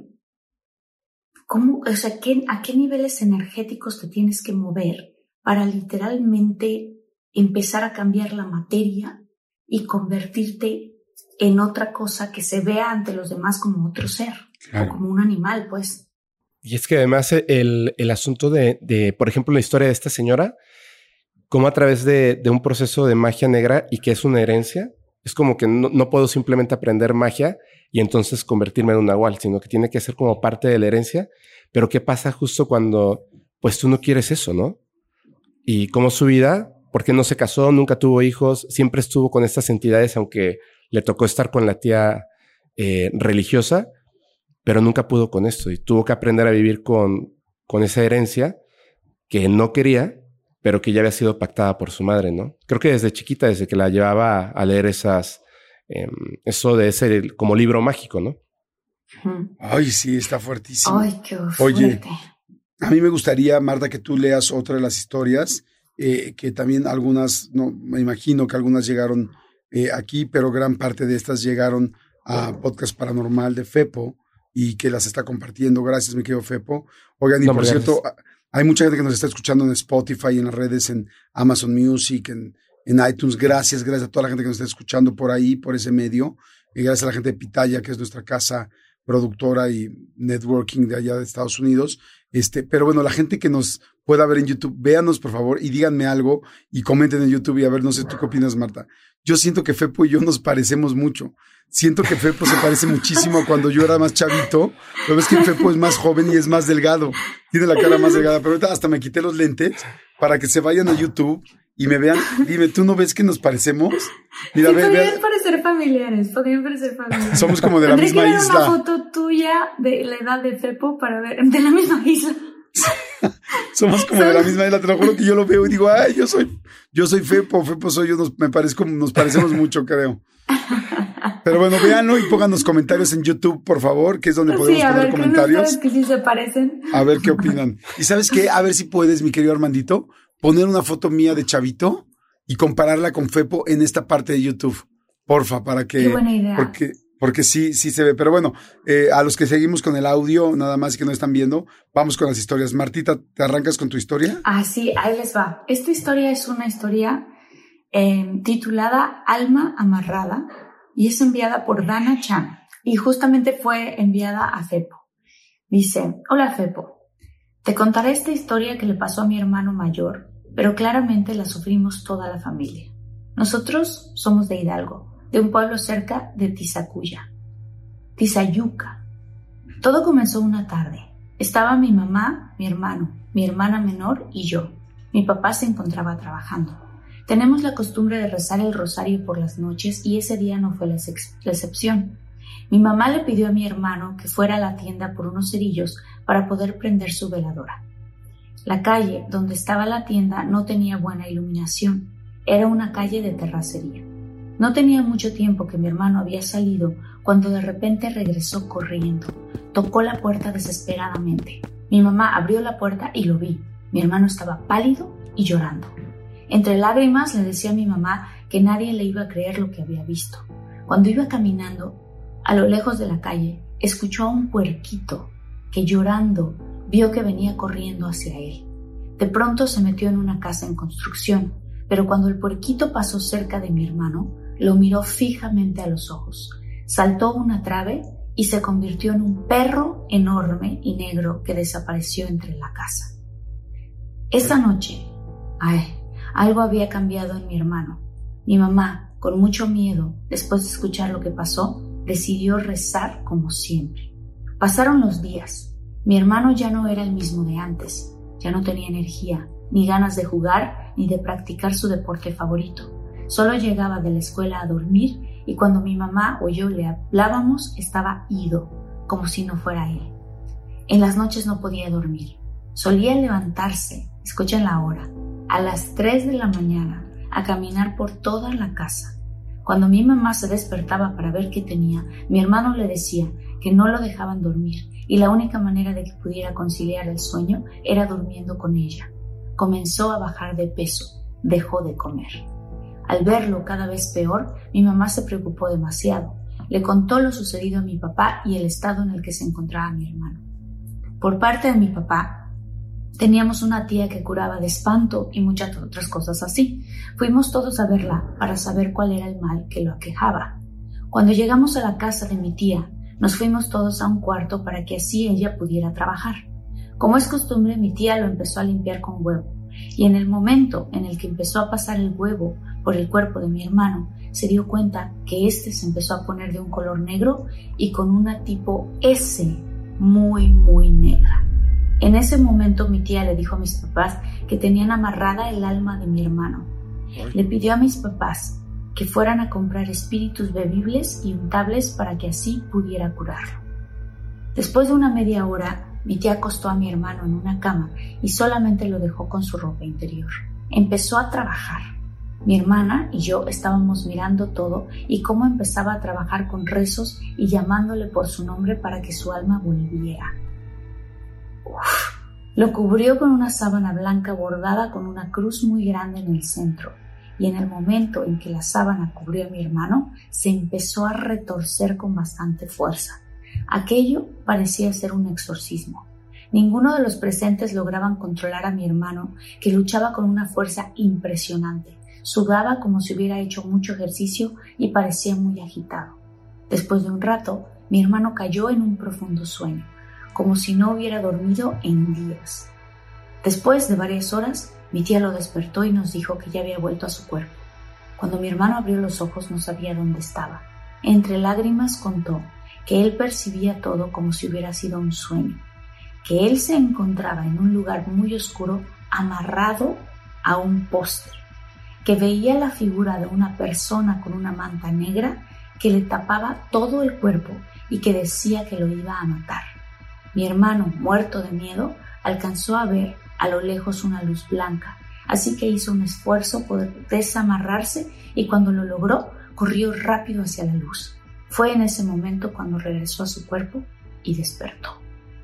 cómo, o sea, ¿qué, a qué niveles energéticos te tienes que mover para literalmente empezar a cambiar la materia y convertirte en otra cosa que se vea ante los demás como otro ser, claro, o como un animal, pues? Y es que además el, el asunto de, de, por ejemplo, la historia de esta señora, como a través de, de un proceso de magia negra y que es una herencia, es como que no, no puedo simplemente aprender magia y entonces convertirme en un nahual, sino que tiene que ser como parte de la herencia. Pero ¿qué pasa justo cuando pues tú no quieres eso, no? Y como su vida porque no se casó, nunca tuvo hijos, siempre estuvo con estas entidades, aunque le tocó estar con la tía eh, religiosa, pero nunca pudo con esto y tuvo que aprender a vivir con, con esa herencia que no quería, pero que ya había sido pactada por su madre, ¿no? Creo que desde chiquita, desde que la llevaba a leer esas, eh, eso de ese como libro mágico, ¿no? Ay, sí, está fuertísimo. Ay, qué fuerte. Oye, a mí me gustaría, Marta, que tú leas otra de las historias, eh, que también algunas, no, me imagino que algunas llegaron eh, aquí, pero gran parte de estas llegaron a Podcast Paranormal de Fepo y que las está compartiendo. Gracias, mi querido Fepo. Oigan, y no, por cierto, gracias. Hay mucha gente que nos está escuchando en Spotify, en las redes, en Amazon Music, en, en iTunes. Gracias, gracias a toda la gente que nos está escuchando por ahí, por ese medio. Y gracias a la gente de Pitaya, que es nuestra casa productora y networking de allá de Estados Unidos. Este, pero bueno, la gente que nos pueda ver en YouTube, véanos por favor y díganme algo y comenten en YouTube y a ver, no sé tú qué opinas, Marta. Yo siento que Fepo y yo nos parecemos mucho. Siento que Fepo se parece muchísimo a cuando yo era más chavito. Pero ves que Fepo es más joven y es más delgado. Tiene la cara más delgada. Pero ahorita hasta me quité los lentes para que se vayan a YouTube y me vean. Dime, ¿tú no ves que nos parecemos? Mira, sí, ve, podrían ve. parecer familiares. Podrían parecer familiares. Somos como de la Tendré misma que ver isla. Una foto tuya de la edad de Fepo para ver. De la misma isla. Somos como de la misma isla, te lo juro que yo lo veo y digo, ay, yo soy, yo soy Fepo, Fepo soy yo, nos, me parezco, nos parecemos mucho, creo. Pero bueno, véanlo y pongan los comentarios en YouTube, por favor, que es donde podemos sí, a poner ver, comentarios. Que sí se parecen. A ver qué opinan. ¿Y sabes qué? A ver si puedes, mi querido Armandito, poner una foto mía de chavito y compararla con Fepo en esta parte de YouTube. Porfa, para que... Qué buena idea. Porque, porque sí, sí se ve. Pero bueno, eh, a los que seguimos con el audio, nada más que no están viendo, vamos con las historias. Martita, ¿te arrancas con tu historia? Ah, sí, ahí les va. Esta historia es una historia eh, titulada Alma Amarrada y es enviada por Dana Chan y justamente fue enviada a Fepo. Dice, hola Fepo, te contaré esta historia que le pasó a mi hermano mayor, pero claramente la sufrimos toda la familia. Nosotros somos de Hidalgo, de un pueblo cerca de Tizacuya, Tizayuca. Todo comenzó una tarde. Estaba mi mamá, mi hermano, mi hermana menor y yo. Mi papá se encontraba trabajando. Tenemos la costumbre de rezar el rosario por las noches y ese día no fue la, ex- la excepción. Mi mamá le pidió a mi hermano que fuera a la tienda por unos cerillos para poder prender su veladora. La calle donde estaba la tienda no tenía buena iluminación. Era una calle de terracería. No tenía mucho tiempo que mi hermano había salido cuando de repente regresó corriendo. Tocó la puerta desesperadamente. Mi mamá abrió la puerta y lo vi. Mi hermano estaba pálido y llorando. Entre lágrimas le decía a mi mamá que nadie le iba a creer lo que había visto. Cuando iba caminando, a lo lejos de la calle, escuchó a un puerquito que llorando vio que venía corriendo hacia él. De pronto se metió en una casa en construcción, pero cuando el puerquito pasó cerca de mi hermano, lo miró fijamente a los ojos, saltó una trave y se convirtió en un perro enorme y negro que desapareció entre la casa. Esa noche, ay, algo había cambiado en mi hermano. Mi mamá, con mucho miedo, después de escuchar lo que pasó, decidió rezar como siempre. Pasaron los días. Mi hermano ya no era el mismo de antes. Ya no tenía energía, ni ganas de jugar, ni de practicar su deporte favorito. Solo llegaba de la escuela a dormir y cuando mi mamá o yo le hablábamos estaba ido, como si no fuera él. En las noches no podía dormir. Solía levantarse, escuchen la hora, a las tres de la mañana a caminar por toda la casa. Cuando mi mamá se despertaba para ver qué tenía, mi hermano le decía que no lo dejaban dormir y la única manera de que pudiera conciliar el sueño era durmiendo con ella. Comenzó a bajar de peso, dejó de comer. Al verlo cada vez peor, mi mamá se preocupó demasiado. Le contó lo sucedido a mi papá y el estado en el que se encontraba mi hermano. Por parte de mi papá, teníamos una tía que curaba de espanto y muchas otras cosas así. Fuimos todos a verla para saber cuál era el mal que lo aquejaba. Cuando llegamos a la casa de mi tía, nos fuimos todos a un cuarto para que así ella pudiera trabajar. Como es costumbre, mi tía lo empezó a limpiar con huevo. Y en el momento en el que empezó a pasar el huevo por el cuerpo de mi hermano, se dio cuenta que éste se empezó a poner de un color negro y con una tipo S muy, muy negra. En ese momento mi tía le dijo a mis papás que tenían amarrada el alma de mi hermano, le pidió a mis papás que fueran a comprar espíritus bebibles y untables para que así pudiera curarlo. Después de una media hora, mi tía acostó a mi hermano en una cama y solamente lo dejó con su ropa interior. Empezó a trabajar. Mi hermana y yo estábamos mirando todo y cómo empezaba a trabajar con rezos y llamándole por su nombre para que su alma volviera. Uf. Lo cubrió con una sábana blanca bordada con una cruz muy grande en el centro, y en el momento en que la sábana cubrió a mi hermano, se empezó a retorcer con bastante fuerza. Aquello parecía ser un exorcismo. Ninguno de los presentes lograban controlar a mi hermano, que luchaba con una fuerza impresionante. Sudaba como si hubiera hecho mucho ejercicio y parecía muy agitado. Después de un rato, mi hermano cayó en un profundo sueño, como si no hubiera dormido en días. Después de varias horas, mi tía lo despertó y nos dijo que ya había vuelto a su cuerpo. Cuando mi hermano abrió los ojos no sabía dónde estaba. Entre lágrimas contó que él percibía todo como si hubiera sido un sueño, que él se encontraba en un lugar muy oscuro amarrado a un poste, que veía la figura de una persona con una manta negra que le tapaba todo el cuerpo y que decía que lo iba a matar. Mi hermano, muerto de miedo, alcanzó a ver a lo lejos una luz blanca, así que hizo un esfuerzo por desamarrarse y cuando lo logró, corrió rápido hacia la luz. Fue en ese momento cuando regresó a su cuerpo y despertó.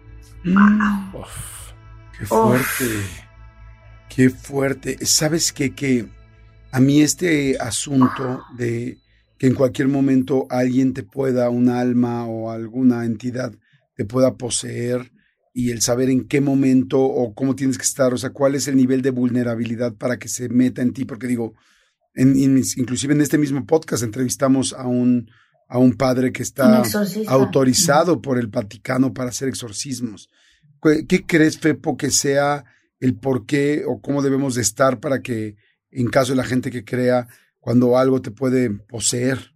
Mm. ¡Wow! Uf, ¡Qué fuerte! Uf. ¡Qué fuerte! ¿Sabes qué? Que a mí este asunto de que en cualquier momento alguien te pueda, un alma o alguna entidad te pueda poseer, y el saber en qué momento o cómo tienes que estar, o sea, cuál es el nivel de vulnerabilidad para que se meta en ti, porque digo, en, en, inclusive en este mismo podcast entrevistamos a un, a un padre que está autorizado uh-huh. por el Vaticano para hacer exorcismos. ¿Qué, qué crees, Fepo, que sea el por qué o cómo debemos de estar para que, en caso de la gente que crea, cuando algo te puede poseer?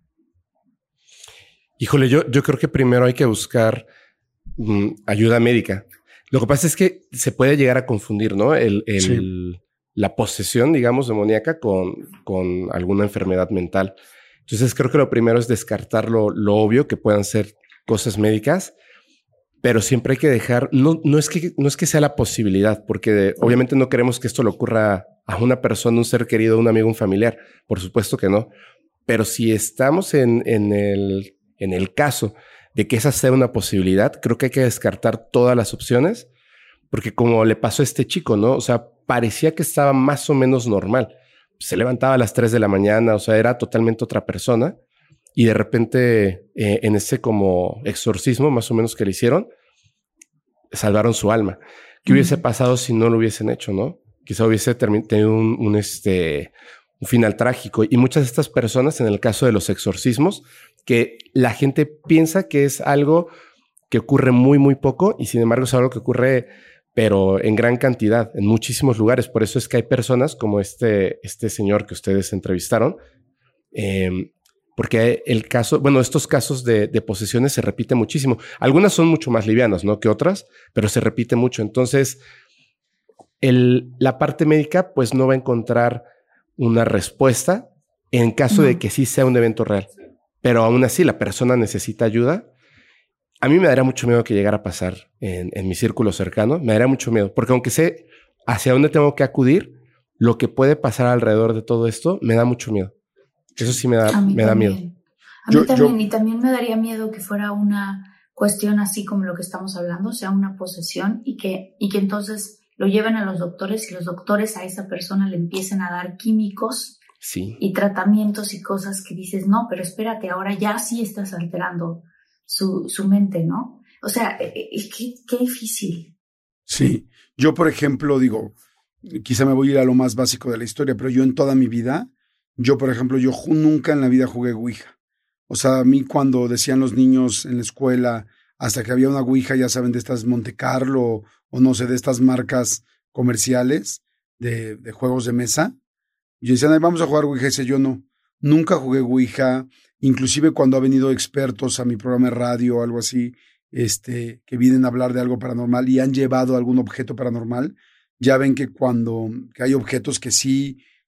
Híjole, yo, yo creo que primero hay que buscar mm, ayuda médica. Lo que pasa es que se puede llegar a confundir, ¿no? El, el, sí. La posesión, digamos, demoníaca con, con alguna enfermedad mental. Entonces creo que lo primero es descartar lo, lo obvio, que puedan ser cosas médicas, pero siempre hay que dejar, no, no, es, que, no es que sea la posibilidad, porque de, obviamente no queremos que esto le ocurra a una persona, un ser querido, un amigo, un familiar. Por supuesto que no. Pero si estamos en, en, el, en el caso de que esa sea una posibilidad, creo que hay que descartar todas las opciones, porque como le pasó a este chico, ¿no? O sea, parecía que estaba más o menos normal. Se levantaba a las tres de la mañana, o sea, era totalmente otra persona. Y de repente, eh, en ese como exorcismo más o menos que le hicieron, salvaron su alma. ¿Qué mm. hubiese pasado si no lo hubiesen hecho, no? Quizá hubiese termin- tenido un, un, este, un final trágico. Y muchas de estas personas, en el caso de los exorcismos, que la gente piensa que es algo que ocurre muy, muy poco, y sin embargo es algo que ocurre, pero en gran cantidad, en muchísimos lugares. Por eso es que hay personas como este, este señor que ustedes entrevistaron, eh, porque el caso, bueno, estos casos de, de posesiones se repiten muchísimo. Algunas son mucho más livianas, ¿no?, que otras, pero se repite mucho. Entonces, el, la parte médica, pues, no va a encontrar una respuesta en caso no. de que sí sea un evento real. Pero aún así, la persona necesita ayuda. A mí me daría mucho miedo que llegara a pasar en, en mi círculo cercano. Me daría mucho miedo, porque aunque sé hacia dónde tengo que acudir, lo que puede pasar alrededor de todo esto me da mucho miedo. Eso sí me da, me da miedo. A mí yo, también, yo... y también me daría miedo que fuera una cuestión así como lo que estamos hablando, sea una posesión, y que, y que entonces lo lleven a los doctores y los doctores a esa persona le empiecen a dar químicos sí. y tratamientos y cosas que dices, no, pero espérate, ahora ya sí estás alterando su, su mente, ¿no? O sea, es que qué difícil. Sí, yo por ejemplo digo, quizá me voy a ir a lo más básico de la historia, pero yo en toda mi vida, yo por ejemplo, yo nunca en la vida jugué Ouija. O sea, a mí cuando decían los niños en la escuela, hasta que había una Ouija, ya saben, de estas Monte Carlo o no sé, de estas marcas comerciales de, de juegos de mesa, y decían, ay, vamos a jugar Ouija, y dice, yo no, nunca jugué Ouija. Inclusive cuando ha venido expertos a mi programa de radio o algo así, este, que vienen a hablar de algo paranormal y han llevado algún objeto paranormal, ya ven que cuando que hay objetos que sí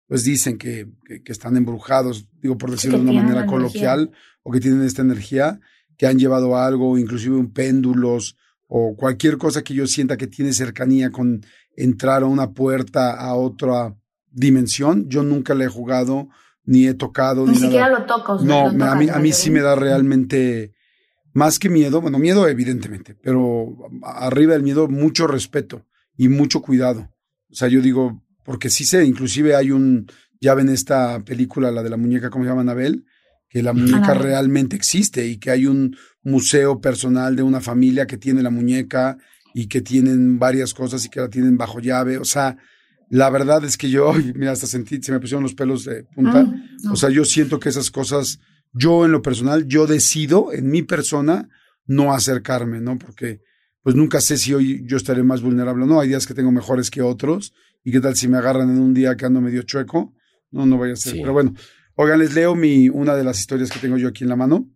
pues dicen que, que, que están embrujados, digo por decirlo de una manera coloquial, o que tienen esta energía, que han llevado algo, inclusive un péndulos o cualquier cosa que yo sienta que tiene cercanía con entrar a una puerta a otra dimensión. Yo nunca le he jugado, ni he tocado. Ni, ni siquiera nada. Lo toco. No, lo a mí, a mí sí me da realmente, más que miedo, bueno, miedo evidentemente, pero arriba del miedo mucho respeto y mucho cuidado. O sea, yo digo, porque sí sé, inclusive hay un, ya ven esta película, la de la muñeca, ¿cómo se llama? Anabel, que la muñeca Anabel. realmente existe y que hay un museo personal de una familia que tiene la muñeca y que tienen varias cosas y que la tienen bajo llave. O sea, la verdad es que yo, mira, hasta sentí, se me pusieron los pelos de punta. Mm, no. O sea, yo siento que esas cosas, yo en lo personal, yo decido en mi persona no acercarme, ¿no? Porque pues nunca sé si hoy yo estaré más vulnerable o no. Hay días que tengo mejores que otros. ¿Y qué tal si me agarran en un día que ando medio chueco? No, no vaya a ser. Sí. Pero bueno, oigan, les leo mi, una de las historias que tengo yo aquí en la mano.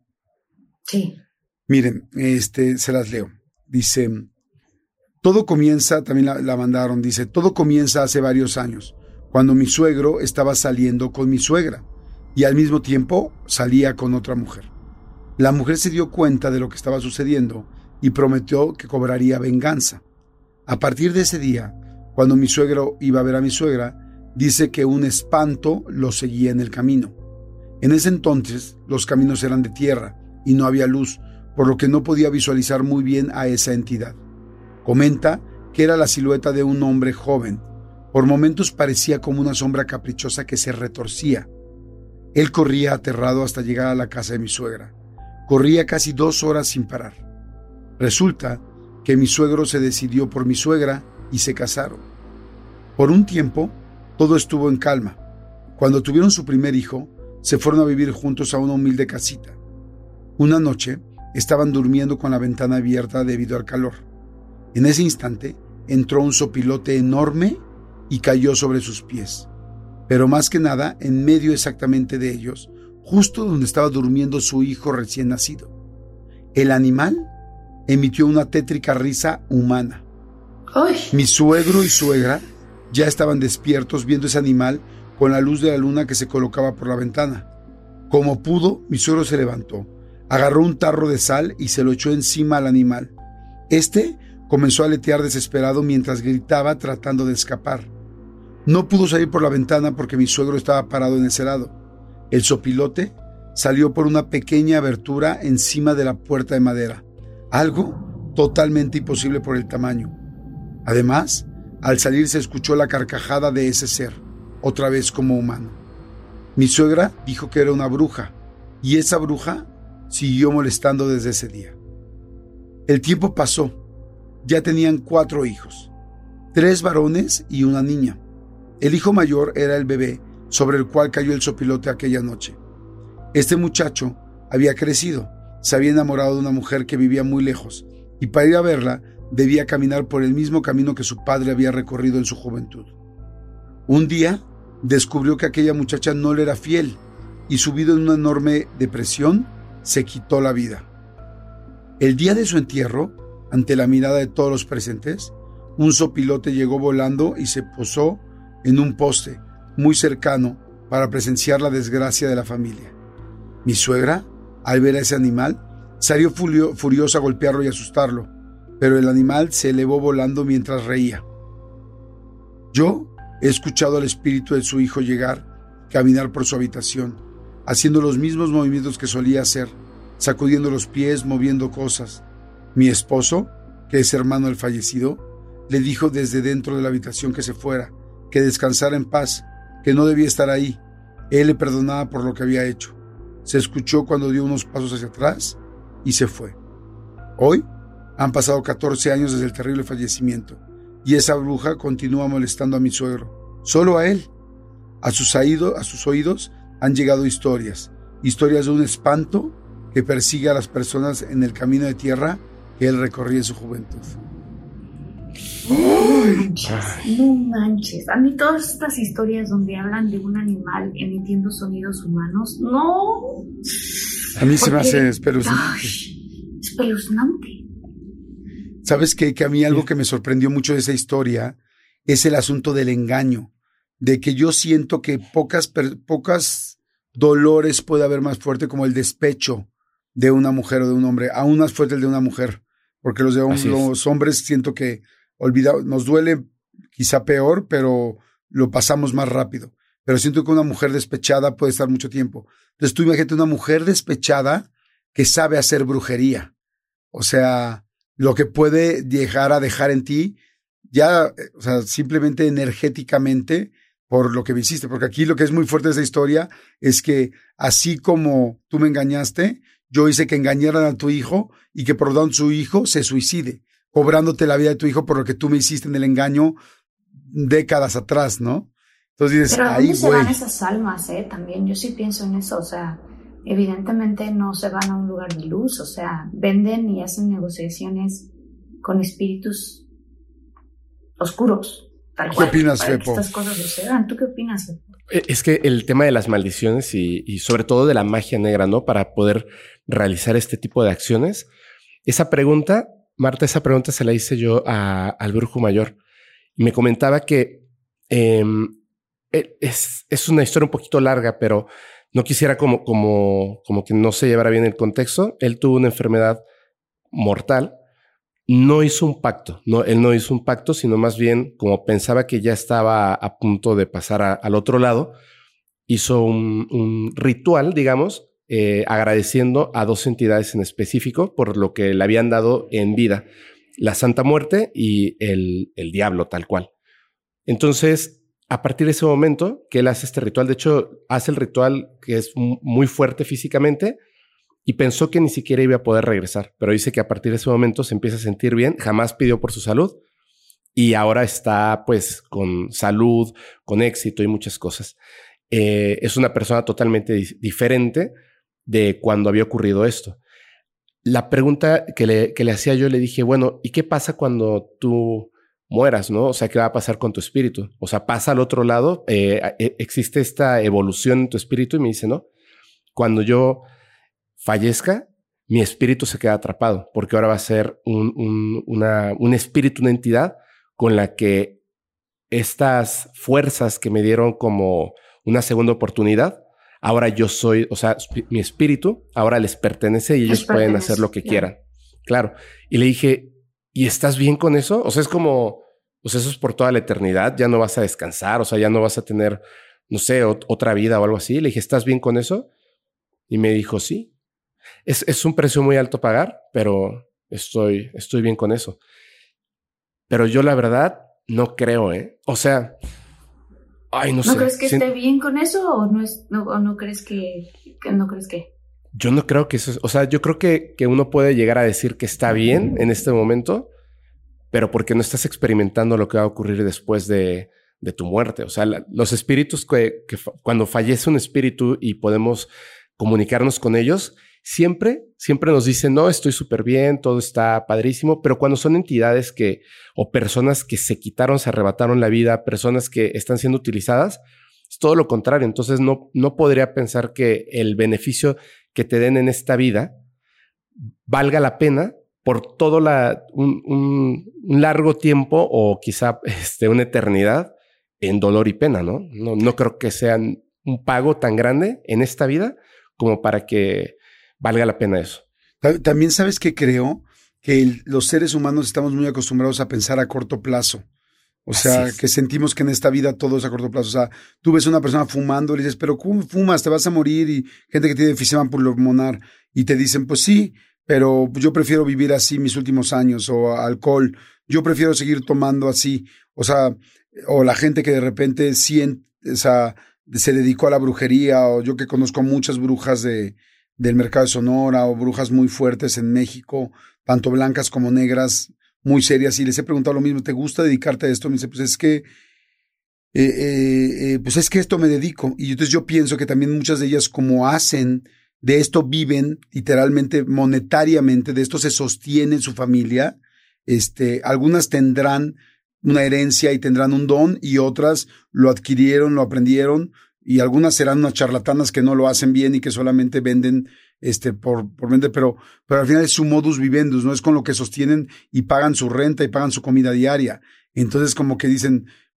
Sí. Miren, este, se las leo. Dice, todo comienza, también la, la mandaron, dice, todo comienza hace varios años, cuando mi suegro estaba saliendo con mi suegra y al mismo tiempo salía con otra mujer. La mujer se dio cuenta de lo que estaba sucediendo y prometió que cobraría venganza. A partir de ese día, cuando mi suegro iba a ver a mi suegra, dice que un espanto lo seguía en el camino. En ese entonces, los caminos eran de tierra y no había luz, por lo que no podía visualizar muy bien a esa entidad. Comenta que era la silueta de un hombre joven. Por momentos parecía como una sombra caprichosa que se retorcía. Él corría aterrado hasta llegar a la casa de mi suegra. Corría casi dos horas sin parar. Resulta que mi suegro se decidió por mi suegra y se casaron. Por un tiempo, todo estuvo en calma. Cuando tuvieron su primer hijo, se fueron a vivir juntos a una humilde casita. Una noche, estaban durmiendo con la ventana abierta debido al calor. En ese instante, entró un sopilote enorme y cayó sobre sus pies. Pero más que nada, en medio exactamente de ellos, justo donde estaba durmiendo su hijo recién nacido. El animal emitió una tétrica risa humana. ¡Ay! Mi suegro y suegra ya estaban despiertos viendo ese animal con la luz de la luna que se colocaba por la ventana. Como pudo, mi suegro se levantó, agarró un tarro de sal y se lo echó encima al animal. Este comenzó a aletear desesperado mientras gritaba tratando de escapar. No pudo salir por la ventana porque mi suegro estaba parado en ese lado. El sopilote salió por una pequeña abertura encima de la puerta de madera, algo totalmente imposible por el tamaño. Además, al salir se escuchó la carcajada de ese ser, otra vez como humano. Mi suegra dijo que era una bruja, y esa bruja siguió molestando desde ese día. El tiempo pasó. Ya tenían cuatro hijos, tres varones y una niña. El hijo mayor era el bebé sobre el cual cayó el sopilote aquella noche. Este muchacho había crecido, se había enamorado de una mujer que vivía muy lejos, y para ir a verla debía caminar por el mismo camino que su padre había recorrido en su juventud. Un día descubrió que aquella muchacha no le era fiel, y subido en una enorme depresión, se quitó la vida. El día de su entierro, ante la mirada de todos los presentes, un sopilote llegó volando y se posó en un poste muy cercano para presenciar la desgracia de la familia. Mi suegra, al ver a ese animal, salió furio- furiosa a golpearlo y asustarlo, pero el animal se elevó volando mientras reía. Yo he escuchado al espíritu de su hijo llegar, caminar por su habitación, haciendo los mismos movimientos que solía hacer, sacudiendo los pies, moviendo cosas. Mi esposo, que es hermano del fallecido, le dijo desde dentro de la habitación que se fuera, que descansara en paz, que no debía estar ahí. Él le perdonaba por lo que había hecho. Se escuchó cuando dio unos pasos hacia atrás y se fue. Hoy han pasado catorce años desde el terrible fallecimiento y esa bruja continúa molestando a mi suegro, solo a él. A sus, oído, a sus oídos han llegado historias, historias de un espanto que persigue a las personas en el camino de tierra que él recorría en su juventud. No manches, no manches. A mí todas estas historias donde hablan de un animal emitiendo sonidos humanos, no. A mí se me hace espeluznante. Espeluznante. ¿Sabes qué? Que a mí algo que me sorprendió mucho de esa historia es el asunto del engaño. de que yo siento que pocas, pocas dolores puede haber más fuerte como el despecho de una mujer o de un hombre, aún más fuerte el de una mujer, porque los de hom- los hombres siento que olvida, nos duele quizá peor, pero lo pasamos más rápido. Pero siento que una mujer despechada puede estar mucho tiempo. Entonces tú imagínate una mujer despechada que sabe hacer brujería. O sea, lo que puede llegar a dejar en ti, ya, o sea, simplemente energéticamente por lo que me hiciste. Porque aquí lo que es muy fuerte de esa historia es que así como tú me engañaste, yo hice que engañaran a tu hijo y que por lo tanto su hijo se suicide, cobrándote la vida de tu hijo por lo que tú me hiciste en el engaño décadas atrás, ¿no? Entonces dices, pero ¿a ahí, dónde se güey. van esas almas, eh? También yo sí pienso en eso, o sea, evidentemente no se van a un lugar de luz, o sea, venden y hacen negociaciones con espíritus oscuros, tal ¿Qué cual, opinas, para que Fepo? estas cosas sucedan. ¿Tú qué opinas, Fepo? Es que el tema de las maldiciones y, y sobre todo de la magia negra, ¿no? Para poder realizar este tipo de acciones. Esa pregunta, Marta, esa pregunta se la hice yo a, al brujo mayor. Y me comentaba que eh, es, es una historia un poquito larga, pero no quisiera como, como, como que no se llevara bien el contexto. Él tuvo una enfermedad mortal. No hizo un pacto, no, él no hizo un pacto, sino más bien como pensaba que ya estaba a punto de pasar a, al otro lado, hizo un, un ritual, digamos, eh, agradeciendo a dos entidades en específico por lo que le habían dado en vida, la Santa Muerte y el, el Diablo, tal cual. Entonces, a partir de ese momento que él hace este ritual, de hecho, hace el ritual que es muy fuerte físicamente, y pensó que ni siquiera iba a poder regresar, pero dice que a partir de ese momento se empieza a sentir bien, jamás pidió por su salud y ahora está pues con salud, con éxito y muchas cosas. Eh, es una persona totalmente di- diferente de cuando había ocurrido esto. La pregunta que le, que le hacía yo, le dije, bueno, ¿y qué pasa cuando tú mueras, no? O sea, ¿qué va a pasar con tu espíritu? O sea, ¿pasa al otro lado? Eh, ¿Existe esta evolución en tu espíritu? Y me dice, no. Cuando yo fallezca, mi espíritu se queda atrapado, porque ahora va a ser un, un, una, un espíritu, una entidad con la que estas fuerzas que me dieron como una segunda oportunidad, ahora yo soy, o sea, mi espíritu ahora les pertenece y ellos pueden hacer lo que claro. quieran. Claro. Y le dije, ¿y estás bien con eso? O sea, es como, pues eso es por toda la eternidad, ya no vas a descansar, o sea, ya no vas a tener, no sé, ot- otra vida o algo así. Le dije, ¿estás bien con eso? Y me dijo, sí. Es, es un precio muy alto pagar, pero estoy, estoy bien con eso. Pero yo la verdad no creo, ¿eh? O sea, ay, no, ¿No sé. crees que Sí, esté bien con eso o no es, no, o no crees que, que no crees que? yo no creo que eso es, o sea, yo creo que, que uno puede llegar a decir que está bien en este momento, pero porque no estás experimentando lo que va a ocurrir después de, de tu muerte. O sea, la, los espíritus que, que fa- cuando fallece un espíritu y podemos comunicarnos con ellos, siempre, siempre nos dicen, no, estoy súper bien, todo está padrísimo, pero cuando son entidades que, o personas que se quitaron, se arrebataron la vida, personas que están siendo utilizadas, es todo lo contrario. Entonces no, no podría pensar que el beneficio que te den en esta vida valga la pena por todo la, un, un, un largo tiempo o quizá este, una eternidad en dolor y pena, ¿no? No, no creo que sean un pago tan grande en esta vida como para que valga la pena eso. También sabes que creo que el, los seres humanos estamos muy acostumbrados a pensar a corto plazo. O sea, que sentimos que en esta vida todo es a corto plazo. O sea, tú ves a una persona fumando y le dices, pero ¿cómo fumas? Te vas a morir. Y gente que tiene enfisema pulmonar y te dicen, pues sí, pero yo prefiero vivir así mis últimos años. O alcohol, yo prefiero seguir tomando así. O sea, o la gente que de repente siente, o sea, se dedicó a la brujería, o yo que conozco muchas brujas de, del mercado de Sonora, o brujas muy fuertes en México, tanto blancas como negras, muy serias, y les he preguntado lo mismo, ¿te gusta dedicarte a esto? Me dice, pues es que, eh, eh, eh, pues es que esto me dedico. Y entonces yo pienso que también muchas de ellas, como hacen, de esto viven literalmente, monetariamente, de esto se sostiene su familia. Este, algunas tendrán una herencia y tendrán un don, y otras lo adquirieron, lo aprendieron, y algunas serán unas charlatanas que no lo hacen bien y que solamente venden este por, por vender, pero, pero al final es su modus vivendus, ¿no? Es con lo que sostienen y pagan su renta y pagan su comida diaria. Entonces como que dicen,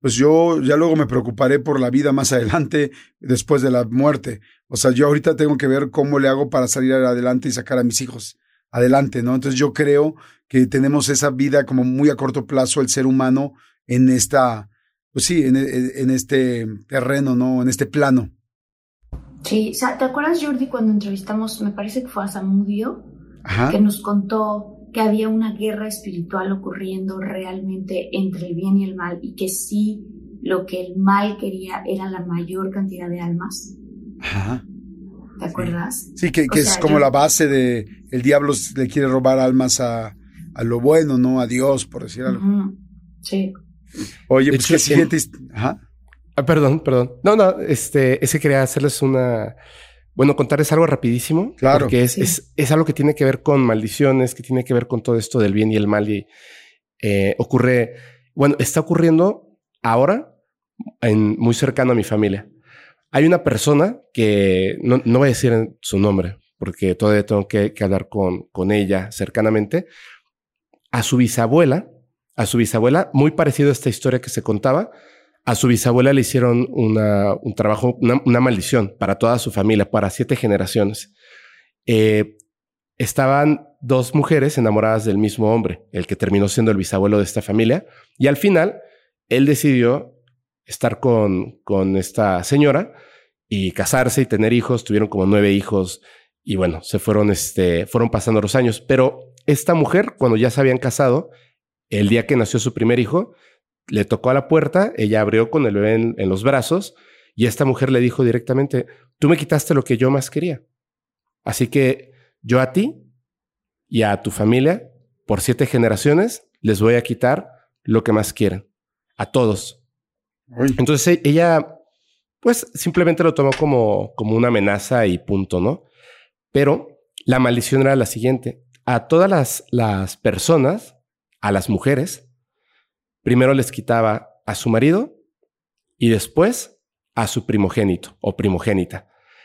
pues yo ya luego me preocuparé por la vida más adelante, después de la muerte. O sea, yo ahorita tengo que ver cómo le hago para salir adelante y sacar a mis hijos adelante, ¿no? Entonces yo creo que tenemos esa vida como muy a corto plazo el ser humano en esta, pues sí, en, en este terreno, ¿no? En este plano. Sí, o sea, ¿te acuerdas, Jordi, cuando entrevistamos, me parece que fue a Zamudio, Ajá. que nos contó que había una guerra espiritual ocurriendo realmente entre el bien y el mal y que sí, lo que el mal quería era la mayor cantidad de almas? Ajá. ¿Te acuerdas? Sí, que, que es sea, como yo... la base de el diablo le quiere robar almas a, a lo bueno, ¿no? A Dios, por decir algo. Uh-huh. Sí. Oye, de pues hecho, qué siguiente. en... Ajá. Ah, perdón, perdón. No, no, este, ese quería hacerles una, bueno, contarles algo rapidísimo. Claro. Porque es, sí. es, es algo que tiene que ver con maldiciones, que tiene que ver con todo esto del bien y el mal y eh, ocurre, bueno, está ocurriendo ahora en, muy cercano a mi familia. Hay una persona que no, no voy a decir su nombre porque todavía tengo que, que hablar con, con ella cercanamente. A su bisabuela, a su bisabuela, muy parecido a esta historia que se contaba, a su bisabuela le hicieron una, un trabajo, una, una maldición para toda su familia, para siete generaciones. Eh, estaban dos mujeres enamoradas del mismo hombre, el que terminó siendo el bisabuelo de esta familia, y al final él decidió estar con, con esta señora y casarse y tener hijos. Tuvieron como nueve hijos y bueno, se fueron, este, fueron pasando los años. Pero esta mujer, cuando ya se habían casado, el día que nació su primer hijo, le tocó a la puerta, ella abrió con el bebé en, en los brazos y esta mujer le dijo directamente, tú me quitaste lo que yo más quería. Así que yo a ti y a tu familia, por siete generaciones, les voy a quitar lo que más quieren. A todos. Uy. Entonces ella, pues simplemente lo tomó como, como una amenaza y punto, ¿no? Pero la maldición era la siguiente. A todas las, las personas, a las mujeres, primero les quitaba a su marido y después a su primogénito o primogénita.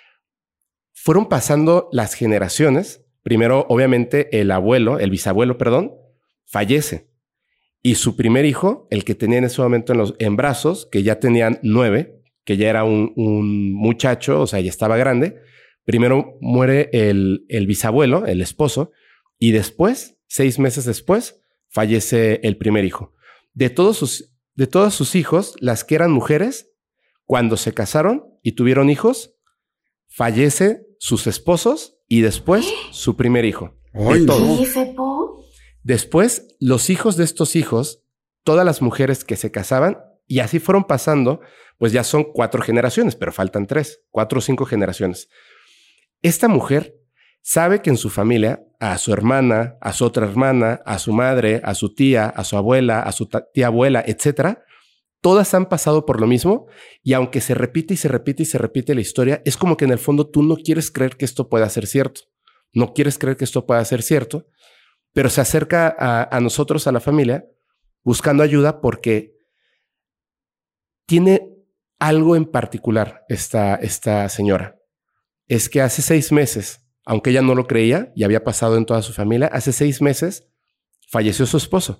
Fueron pasando las generaciones. Primero, obviamente, el abuelo, el bisabuelo, perdón, fallece. Y su primer hijo, el que tenía en ese momento en los en brazos, que ya tenían nueve, que ya era un, un muchacho, o sea, ya estaba grande. Primero muere el, el bisabuelo, el esposo, y después, seis meses después, fallece el primer hijo. De todos sus, de todos sus hijos, las que eran mujeres, cuando se casaron y tuvieron hijos, fallece sus esposos y después su primer hijo. Ay, de todo. ¿Qué, Fepo? Después, los hijos de estos hijos, todas las mujeres que se casaban, y así fueron pasando, pues ya son cuatro generaciones, pero faltan tres, cuatro o cinco generaciones. Esta mujer sabe que en su familia, a su hermana, a su otra hermana, a su madre, a su tía, a su abuela, a su tía abuela, etcétera, todas han pasado por lo mismo y aunque se repite y se repite y se repite la historia, es como que en el fondo tú no quieres creer que esto pueda ser cierto. No quieres creer que esto pueda ser cierto, pero se acerca a, a nosotros, a la familia, buscando ayuda porque tiene algo en particular esta, esta señora. Es que hace seis meses, aunque ella no lo creía y había pasado en toda su familia, hace seis meses falleció su esposo.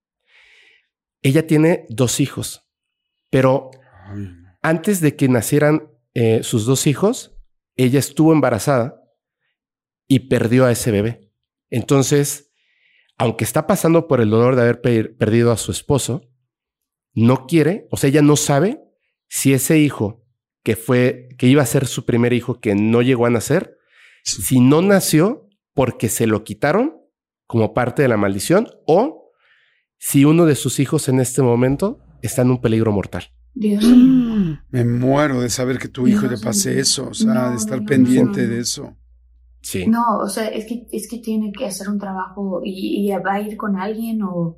Ella tiene dos hijos, pero antes de que nacieran eh, sus dos hijos, ella estuvo embarazada y perdió a ese bebé. Entonces, aunque está pasando por el dolor de haber per- perdido a su esposo, no quiere, o sea, ella no sabe si ese hijo que fue, que iba a ser su primer hijo, que no llegó a nacer, si no nació porque se lo quitaron como parte de la maldición o si uno de sus hijos en este momento está en un peligro mortal. Dios mío. Me muero de saber que tu hijo Dios le pase mío. eso, o sea, No, de estar no, no, pendiente no, no. de eso. Sí. No, o sea, es que, es que tiene que hacer un trabajo y, y va a ir con alguien o,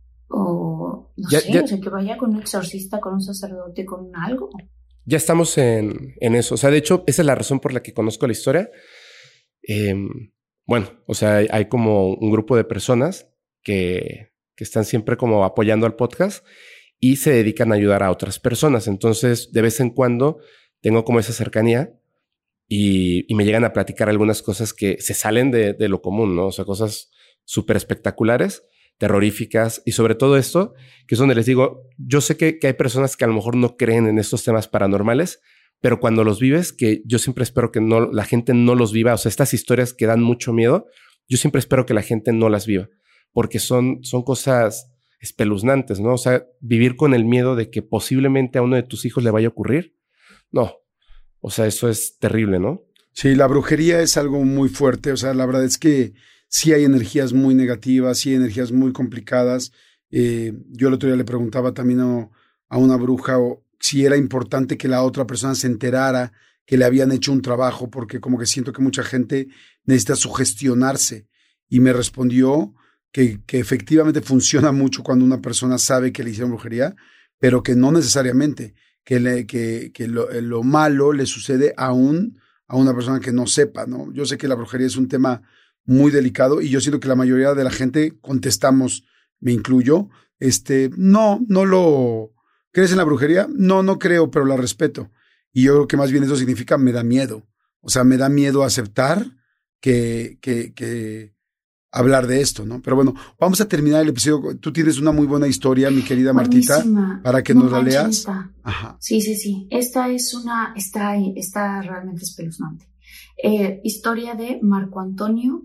o no Ya- sé, ya- o sea, que vaya con un exorcista, con un sacerdote, con algo. Ya estamos en, en eso. O sea, de hecho, esa es la razón por la que conozco la historia. Eh, bueno, o sea, hay, hay como un grupo de personas que, que están siempre como apoyando al podcast y se dedican a ayudar a otras personas. Entonces, de vez en cuando tengo como esa cercanía y, y me llegan a platicar algunas cosas que se salen de, de lo común, ¿no? O sea, cosas súper espectaculares. terroríficas y sobre todo esto, que es donde les digo, yo sé que, que hay personas que a lo mejor no creen en estos temas paranormales, pero cuando los vives, que yo siempre espero que no, la gente no los viva, o sea, estas historias que dan mucho miedo, yo siempre espero que la gente no las viva, porque son, son cosas espeluznantes, ¿no? O sea, vivir con el miedo de que posiblemente a uno de tus hijos le vaya a ocurrir, no. O sea, eso es terrible, ¿no? Sí, la brujería es algo muy fuerte, o sea, la verdad es que sí hay energías muy negativas, sí hay energías muy complicadas. Eh, yo el otro día le preguntaba también a, a una bruja o, si era importante que la otra persona se enterara que le habían hecho un trabajo, porque como que siento que mucha gente necesita sugestionarse. Y me respondió que, que efectivamente funciona mucho cuando una persona sabe que le hicieron brujería, pero que no necesariamente, que, le, que, que lo, lo malo le sucede aún a una persona que no sepa, ¿no? Yo sé que la brujería es un tema muy delicado y yo siento que la mayoría de la gente contestamos, me incluyo, este, no, no lo... ¿Crees en la brujería? No, no creo, pero la respeto. Y yo creo que más bien eso significa me da miedo. O sea, me da miedo aceptar que, que, que hablar de esto, ¿no? Pero bueno, vamos a terminar el episodio. Tú tienes una muy buena historia, mi querida Martita, para que no nos la leas. Ajá. Sí, sí, sí. Esta es una, está, está realmente espeluznante. Eh, historia de Marco Antonio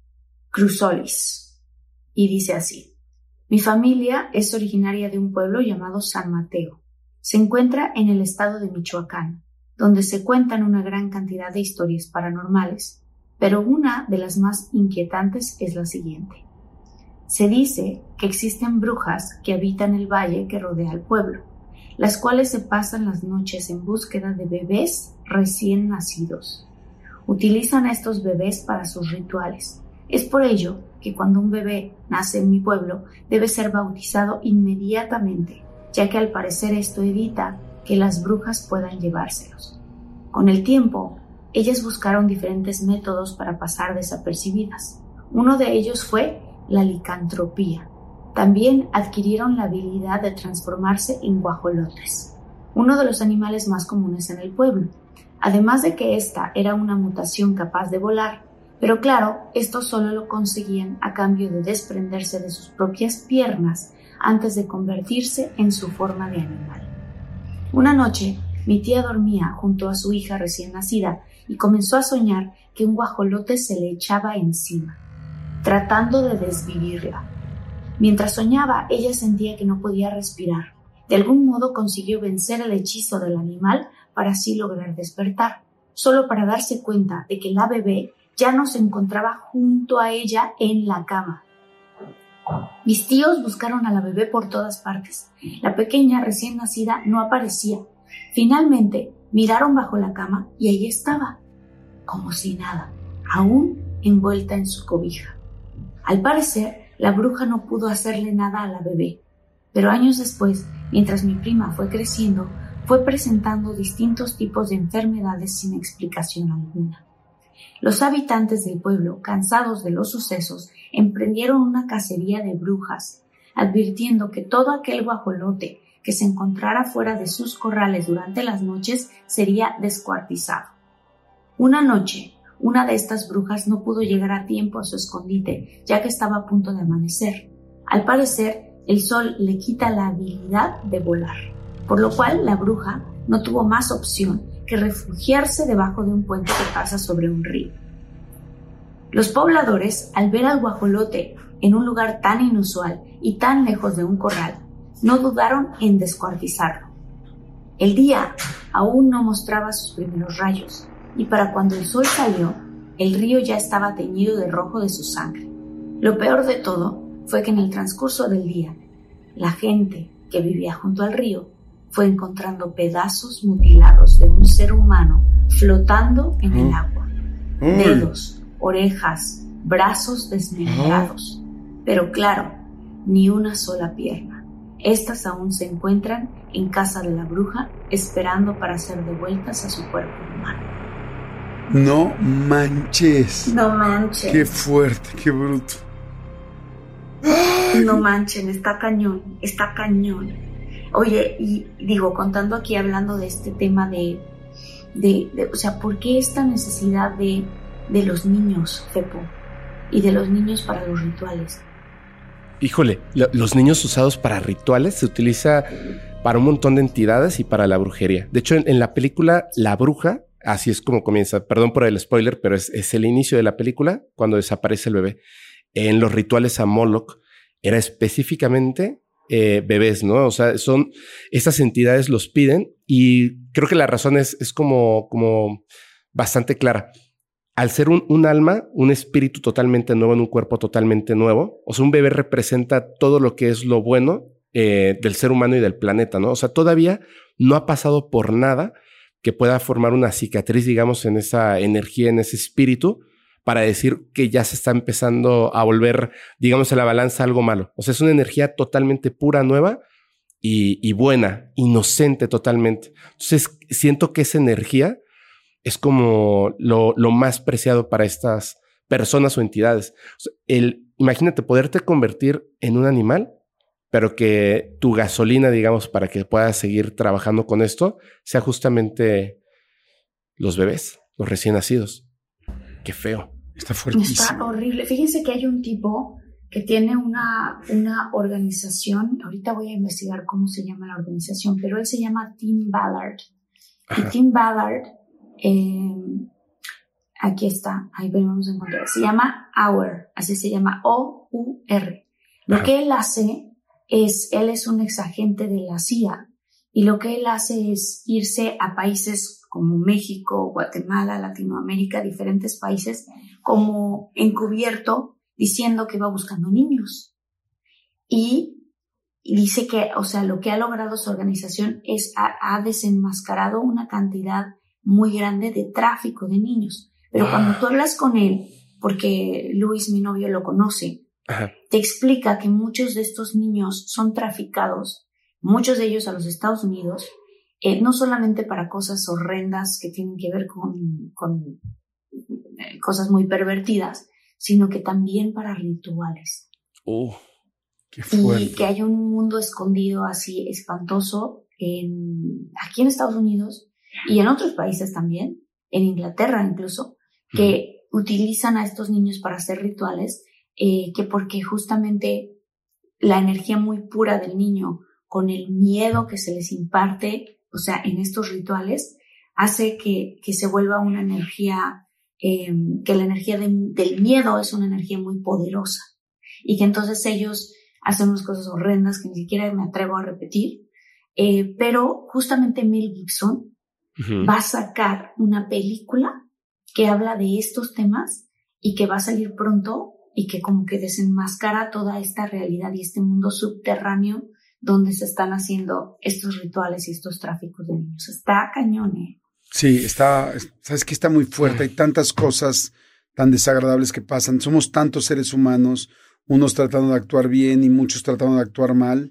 Crusolis. Y dice así. Mi familia es originaria de un pueblo llamado San Mateo. Se encuentra en el estado de Michoacán, donde se cuentan una gran cantidad de historias paranormales, pero una de las más inquietantes es la siguiente. Se dice que existen brujas que habitan el valle que rodea al pueblo, las cuales se pasan las noches en búsqueda de bebés recién nacidos. Utilizan a estos bebés para sus rituales. Es por ello que cuando un bebé nace en mi pueblo debe ser bautizado inmediatamente, ya que al parecer esto evita que las brujas puedan llevárselos. Con el tiempo, ellas buscaron diferentes métodos para pasar desapercibidas. Uno de ellos fue la licantropía. También adquirieron la habilidad de transformarse en guajolotes, uno de los animales más comunes en el pueblo. Además de que esta era una mutación capaz de volar, pero claro, esto solo lo conseguían a cambio de desprenderse de sus propias piernas antes de convertirse en su forma de animal. Una noche, mi tía dormía junto a su hija recién nacida y comenzó a soñar que un guajolote se le echaba encima, tratando de desvivirla. Mientras soñaba, ella sentía que no podía respirar. De algún modo consiguió vencer el hechizo del animal para así lograr despertar, solo para darse cuenta de que la bebé ya no se encontraba junto a ella en la cama. Mis tíos buscaron a la bebé por todas partes. La pequeña recién nacida no aparecía. Finalmente miraron bajo la cama y ahí estaba, como si nada, aún envuelta en su cobija. Al parecer, la bruja no pudo hacerle nada a la bebé, pero años después, mientras mi prima fue creciendo, fue presentando distintos tipos de enfermedades sin explicación alguna. Los habitantes del pueblo, cansados de los sucesos, emprendieron una cacería de brujas, advirtiendo que todo aquel guajolote que se encontrara fuera de sus corrales durante las noches sería descuartizado. Una noche, una de estas brujas no pudo llegar a tiempo a su escondite, ya que estaba a punto de amanecer. Al parecer, el sol le quita la habilidad de volar, por lo cual la bruja no tuvo más opción que refugiarse debajo de un puente que pasa sobre un río. Los pobladores, al ver al guajolote en un lugar tan inusual y tan lejos de un corral, no dudaron en descuartizarlo. El día aún no mostraba sus primeros rayos, y para cuando el sol salió, el río ya estaba teñido de rojo de su sangre. Lo peor de todo fue que en el transcurso del día, la gente que vivía junto al río fue encontrando pedazos mutilados de un ser humano flotando en el agua. Dedos, orejas, brazos desmembrados. Pero claro, ni una sola pierna. Estas aún se encuentran en casa de la bruja, esperando para ser devueltas a su cuerpo humano. No manches. No manches. Qué fuerte, qué bruto. No manchen, está cañón, está cañón. Oye, y digo, contando aquí, hablando de este tema de, de, de o sea, ¿por qué esta necesidad de, de los niños, Fepo? Y de los niños para los rituales. Híjole, lo, los niños usados para rituales se utiliza para un montón de entidades y para la brujería. De hecho, en, en la película La Bruja, así es como comienza. Perdón por el spoiler, pero es, es el inicio de la película cuando desaparece el bebé. En los rituales a Moloch era específicamente eh, bebés, ¿no? O sea, son estas entidades los piden y creo que la razón es, es como, como bastante clara. Al ser un, un alma, un espíritu totalmente nuevo en un cuerpo totalmente nuevo, o sea, un bebé representa todo lo que es lo bueno eh, del ser humano y del planeta, ¿no? O sea, todavía no ha pasado por nada que pueda formar una cicatriz, digamos, en esa energía, en ese espíritu, para decir que ya se está empezando a volver, digamos, a la balanza algo malo. O sea, es una energía totalmente pura, nueva y, y buena, inocente totalmente. Entonces, siento que esa energía es como lo, lo más preciado para estas personas o entidades. O sea, el, imagínate poderte convertir en un animal, pero que tu gasolina, digamos, para que puedas seguir trabajando con esto, sea justamente los bebés, los recién nacidos. Qué feo. Está fuertísimo. Está horrible. Fíjense que hay un tipo que tiene una, una organización. Ahorita voy a investigar cómo se llama la organización, pero él se llama Tim Ballard. Ajá. Y Tim Ballard, eh, aquí está, ahí vamos a encontrar. Se llama Hour, así se llama O U R. Lo Ajá. que él hace es, él es un exagente de la C I A y lo que él hace es irse a países como México, Guatemala, Latinoamérica, diferentes países, como encubierto, diciendo que va buscando niños. Y, y dice que, o sea, lo que ha logrado su organización es, ha, ha desenmascarado una cantidad muy grande de tráfico de niños. Pero cuando tú hablas con él, porque Luis, mi novio, lo conoce, Ajá. te explica que muchos de estos niños son traficados, muchos de ellos a los Estados Unidos, Eh, no solamente para cosas horrendas que tienen que ver con, con eh, cosas muy pervertidas, sino que también para rituales. ¡Oh, qué fuerte! Y que hay un mundo escondido así espantoso en, aquí en Estados Unidos y en otros países también, en Inglaterra incluso, que mm. utilizan a estos niños para hacer rituales, eh, que porque justamente la energía muy pura del niño con el miedo que se les imparte, o sea, en estos rituales, hace que, que se vuelva una energía, eh, que la energía de, del miedo es una energía muy poderosa. Y que entonces ellos hacen unas cosas horrendas que ni siquiera me atrevo a repetir. Eh, pero justamente Mel Gibson uh-huh. va a sacar una película que habla de estos temas y que va a salir pronto y que como que desenmascara toda esta realidad y este mundo subterráneo donde se están haciendo estos rituales y estos tráficos de niños. Está cañón, ¿eh? Sí, está, sabes que está muy fuerte. Hay tantas cosas tan desagradables que pasan. Somos tantos seres humanos, unos tratando de actuar bien y muchos tratando de actuar mal,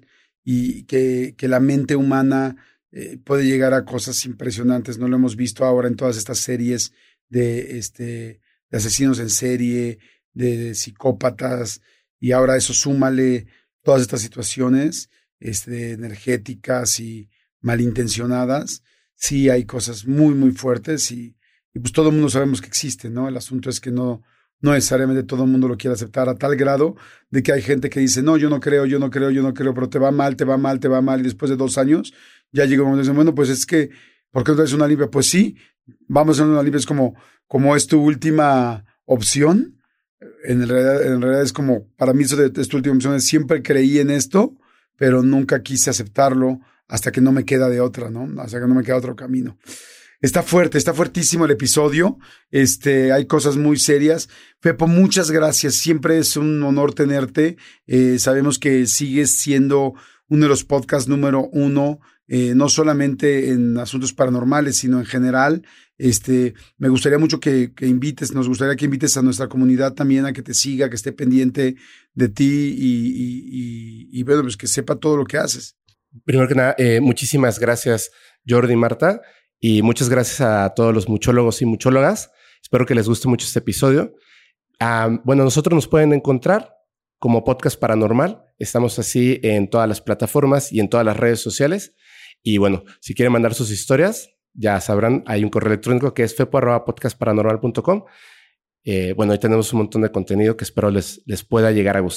y que, que la mente humana eh, puede llegar a cosas impresionantes. No lo hemos visto ahora en todas estas series de, este, de asesinos en serie, de psicópatas, y ahora eso súmale todas estas situaciones Este, energéticas y malintencionadas. Sí hay cosas muy, muy fuertes y, y pues todo el mundo sabemos que existen, ¿no? El asunto es que no, no necesariamente todo el mundo lo quiere aceptar a tal grado de que hay gente que dice, no, yo no creo, yo no creo, yo no creo, pero te va mal, te va mal, te va mal, y después de dos años ya llega un momento y dicen, bueno, pues es que, ¿por qué no traes una limpia? Pues sí, vamos a hacer una limpia, es como, como es tu última opción. En realidad, en realidad es como, para mí eso de, es tu última opción, es siempre creí en esto, pero nunca quise aceptarlo hasta que no me queda de otra, ¿no? Hasta que no me queda otro camino. Está fuerte, está fuertísimo el episodio. Este, hay cosas muy serias. Fepo, muchas gracias. Siempre es un honor tenerte. Eh, sabemos que sigues siendo uno de los podcasts número uno, eh, no solamente en asuntos paranormales, sino en general. Este, me gustaría mucho que, que invites, nos gustaría que invites a nuestra comunidad también a que te siga, que esté pendiente de ti y, y, y, y bueno, pues que sepa todo lo que haces. Primero que nada, eh, muchísimas gracias, Jordi y Marta, y muchas gracias a todos los muchólogos y muchólogas. Espero que les guste mucho este episodio. Um, bueno, nosotros nos pueden encontrar como Podcast Paranormal. Estamos así en todas las plataformas y en todas las redes sociales. Y bueno, si quieren mandar sus historias, ya sabrán, hay un correo electrónico que es fepo arroba podcast paranormal punto com. Eh, bueno, ahí tenemos un montón de contenido que espero les, les pueda llegar a gustar.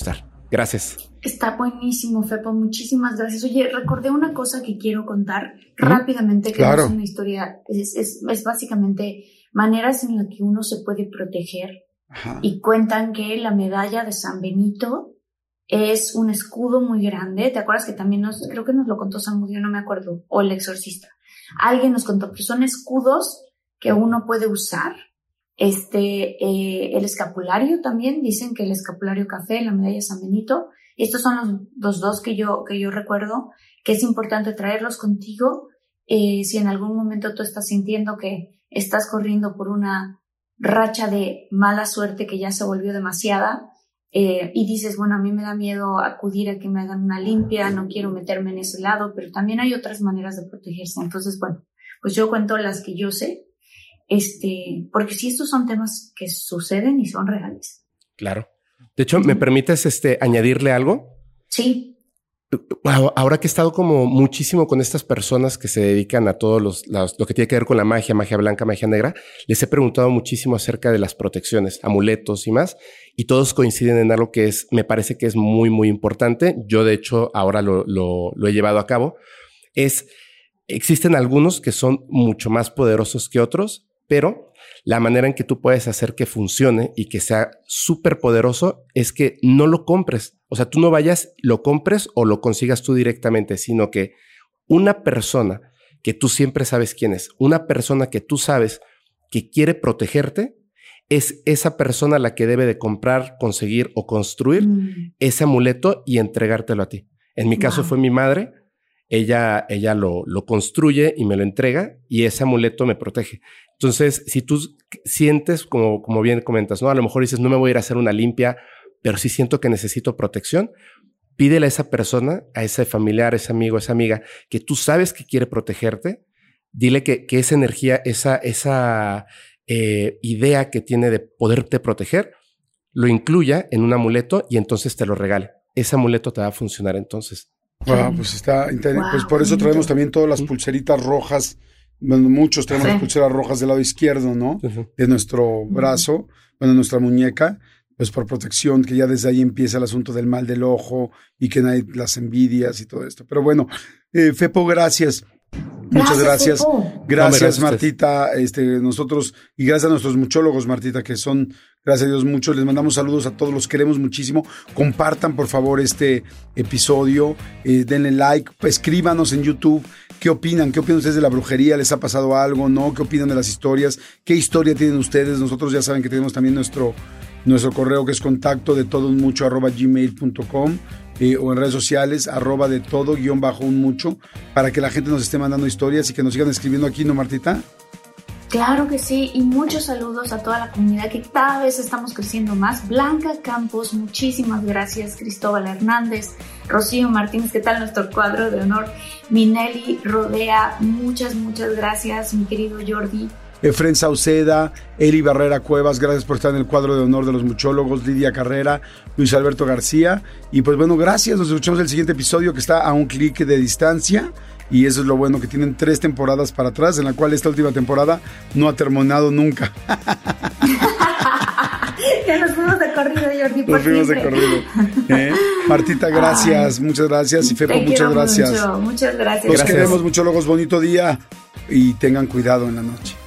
Gracias. Está buenísimo, Fepo. Muchísimas gracias. Oye, recordé una cosa que quiero contar ¿Mm? rápidamente, que claro. no es una historia, es, es, es básicamente maneras en las que uno se puede proteger. Ajá. Y cuentan que la medalla de San Benito es un escudo muy grande. ¿Te acuerdas que también nos, creo que nos lo contó Samudio, no me acuerdo, o el exorcista? Alguien nos contó que son escudos que uno puede usar. Este, eh, el escapulario también, dicen que el escapulario café, la medalla de San Benito, estos son los, los dos que yo, que yo recuerdo, que es importante traerlos contigo, eh, si en algún momento tú estás sintiendo que estás corriendo por una racha de mala suerte que ya se volvió demasiada, eh, y dices, bueno, a mí me da miedo acudir a que me hagan una limpia, no quiero meterme en ese lado, pero también hay otras maneras de protegerse. Entonces, bueno, pues yo cuento las que yo sé, este, porque sí, estos son temas que suceden y son reales. Claro. De hecho, ¿me permites este, añadirle algo? Sí. Ahora que he estado como muchísimo con estas personas que se dedican a todos los, los, lo que tiene que ver con la magia, magia blanca, magia negra, les he preguntado muchísimo acerca de las protecciones, amuletos y más, y todos coinciden en algo que es, me parece que es muy, muy importante. Yo, de hecho, ahora lo, lo, lo he llevado a cabo. Es, existen algunos que son mucho más poderosos que otros, pero la manera en que tú puedes hacer que funcione y que sea súper poderoso es que no lo compres. O sea, tú no vayas, lo compres o lo consigas tú directamente, sino que una persona que tú siempre sabes quién es, una persona que tú sabes que quiere protegerte, es esa persona la que debe de comprar, conseguir o construir mm. ese amuleto y entregártelo a ti. En mi caso wow. fue mi madre. Ella, ella lo, lo construye y me lo entrega y ese amuleto me protege. Entonces, si tú sientes, como, como bien comentas, ¿no? A lo mejor dices, no me voy a ir a hacer una limpia, pero sí siento que necesito protección, pídele a esa persona, a ese familiar, a ese amigo, a esa amiga, que tú sabes que quiere protegerte, dile que, que esa energía, esa, esa eh, idea que tiene de poderte proteger, lo incluya en un amuleto y entonces te lo regale. Ese amuleto te va a funcionar entonces. Wow, pues está interesante. Wow, pues por eso traemos también todas las pulseritas rojas. Bueno, muchos tenemos sí. las pulseras rojas del lado izquierdo, ¿no? Uh-huh. De nuestro brazo, bueno, nuestra muñeca, pues por protección, que ya desde ahí empieza el asunto del mal del ojo y que no hay las envidias y todo esto. Pero bueno, eh, Fepo, gracias. Muchas gracias. Gracias, gracias Martita. Este, nosotros, y gracias a nuestros muchólogos, Martita, que son, gracias a Dios, muchos. Les mandamos saludos a todos, los queremos muchísimo. Compartan, por favor, este episodio. Eh, denle like, escríbanos en YouTube. ¿Qué opinan? ¿Qué opinan ustedes de la brujería? ¿Les ha pasado algo? ¿No? ¿Qué opinan de las historias? ¿Qué historia tienen ustedes? Nosotros ya saben que tenemos también nuestro, nuestro correo, que es contacto de todo un mucho arroba gmail punto com. Eh, o en redes sociales, arroba de todo, guión bajo un mucho, para que la gente nos esté mandando historias y que nos sigan escribiendo aquí, ¿no, Martita? Claro que sí, y muchos saludos a toda la comunidad que cada vez estamos creciendo más. Blanca Campos, muchísimas gracias. Cristóbal Hernández, Rocío Martínez, ¿qué tal nuestro cuadro de honor? Minelli Rodea, muchas, muchas gracias, mi querido Jordi. Efren Sauceda, Eli Barrera Cuevas, gracias por estar en el cuadro de honor de los muchólogos, Lidia Carrera, Luis Alberto García, y pues bueno, gracias, nos escuchamos el siguiente episodio que está a un clic de distancia, y eso es lo bueno, que tienen tres temporadas para atrás, en la cual esta última temporada no ha terminado nunca. Ya nos fuimos de corrido, Jordi, por Nos fuimos de corrido. ¿Eh? Martita, gracias, Ay, muchas gracias, y Fepo, muchas gracias. Mucho, muchas gracias. Los gracias. queremos, muchólogos, bonito día, y tengan cuidado en la noche.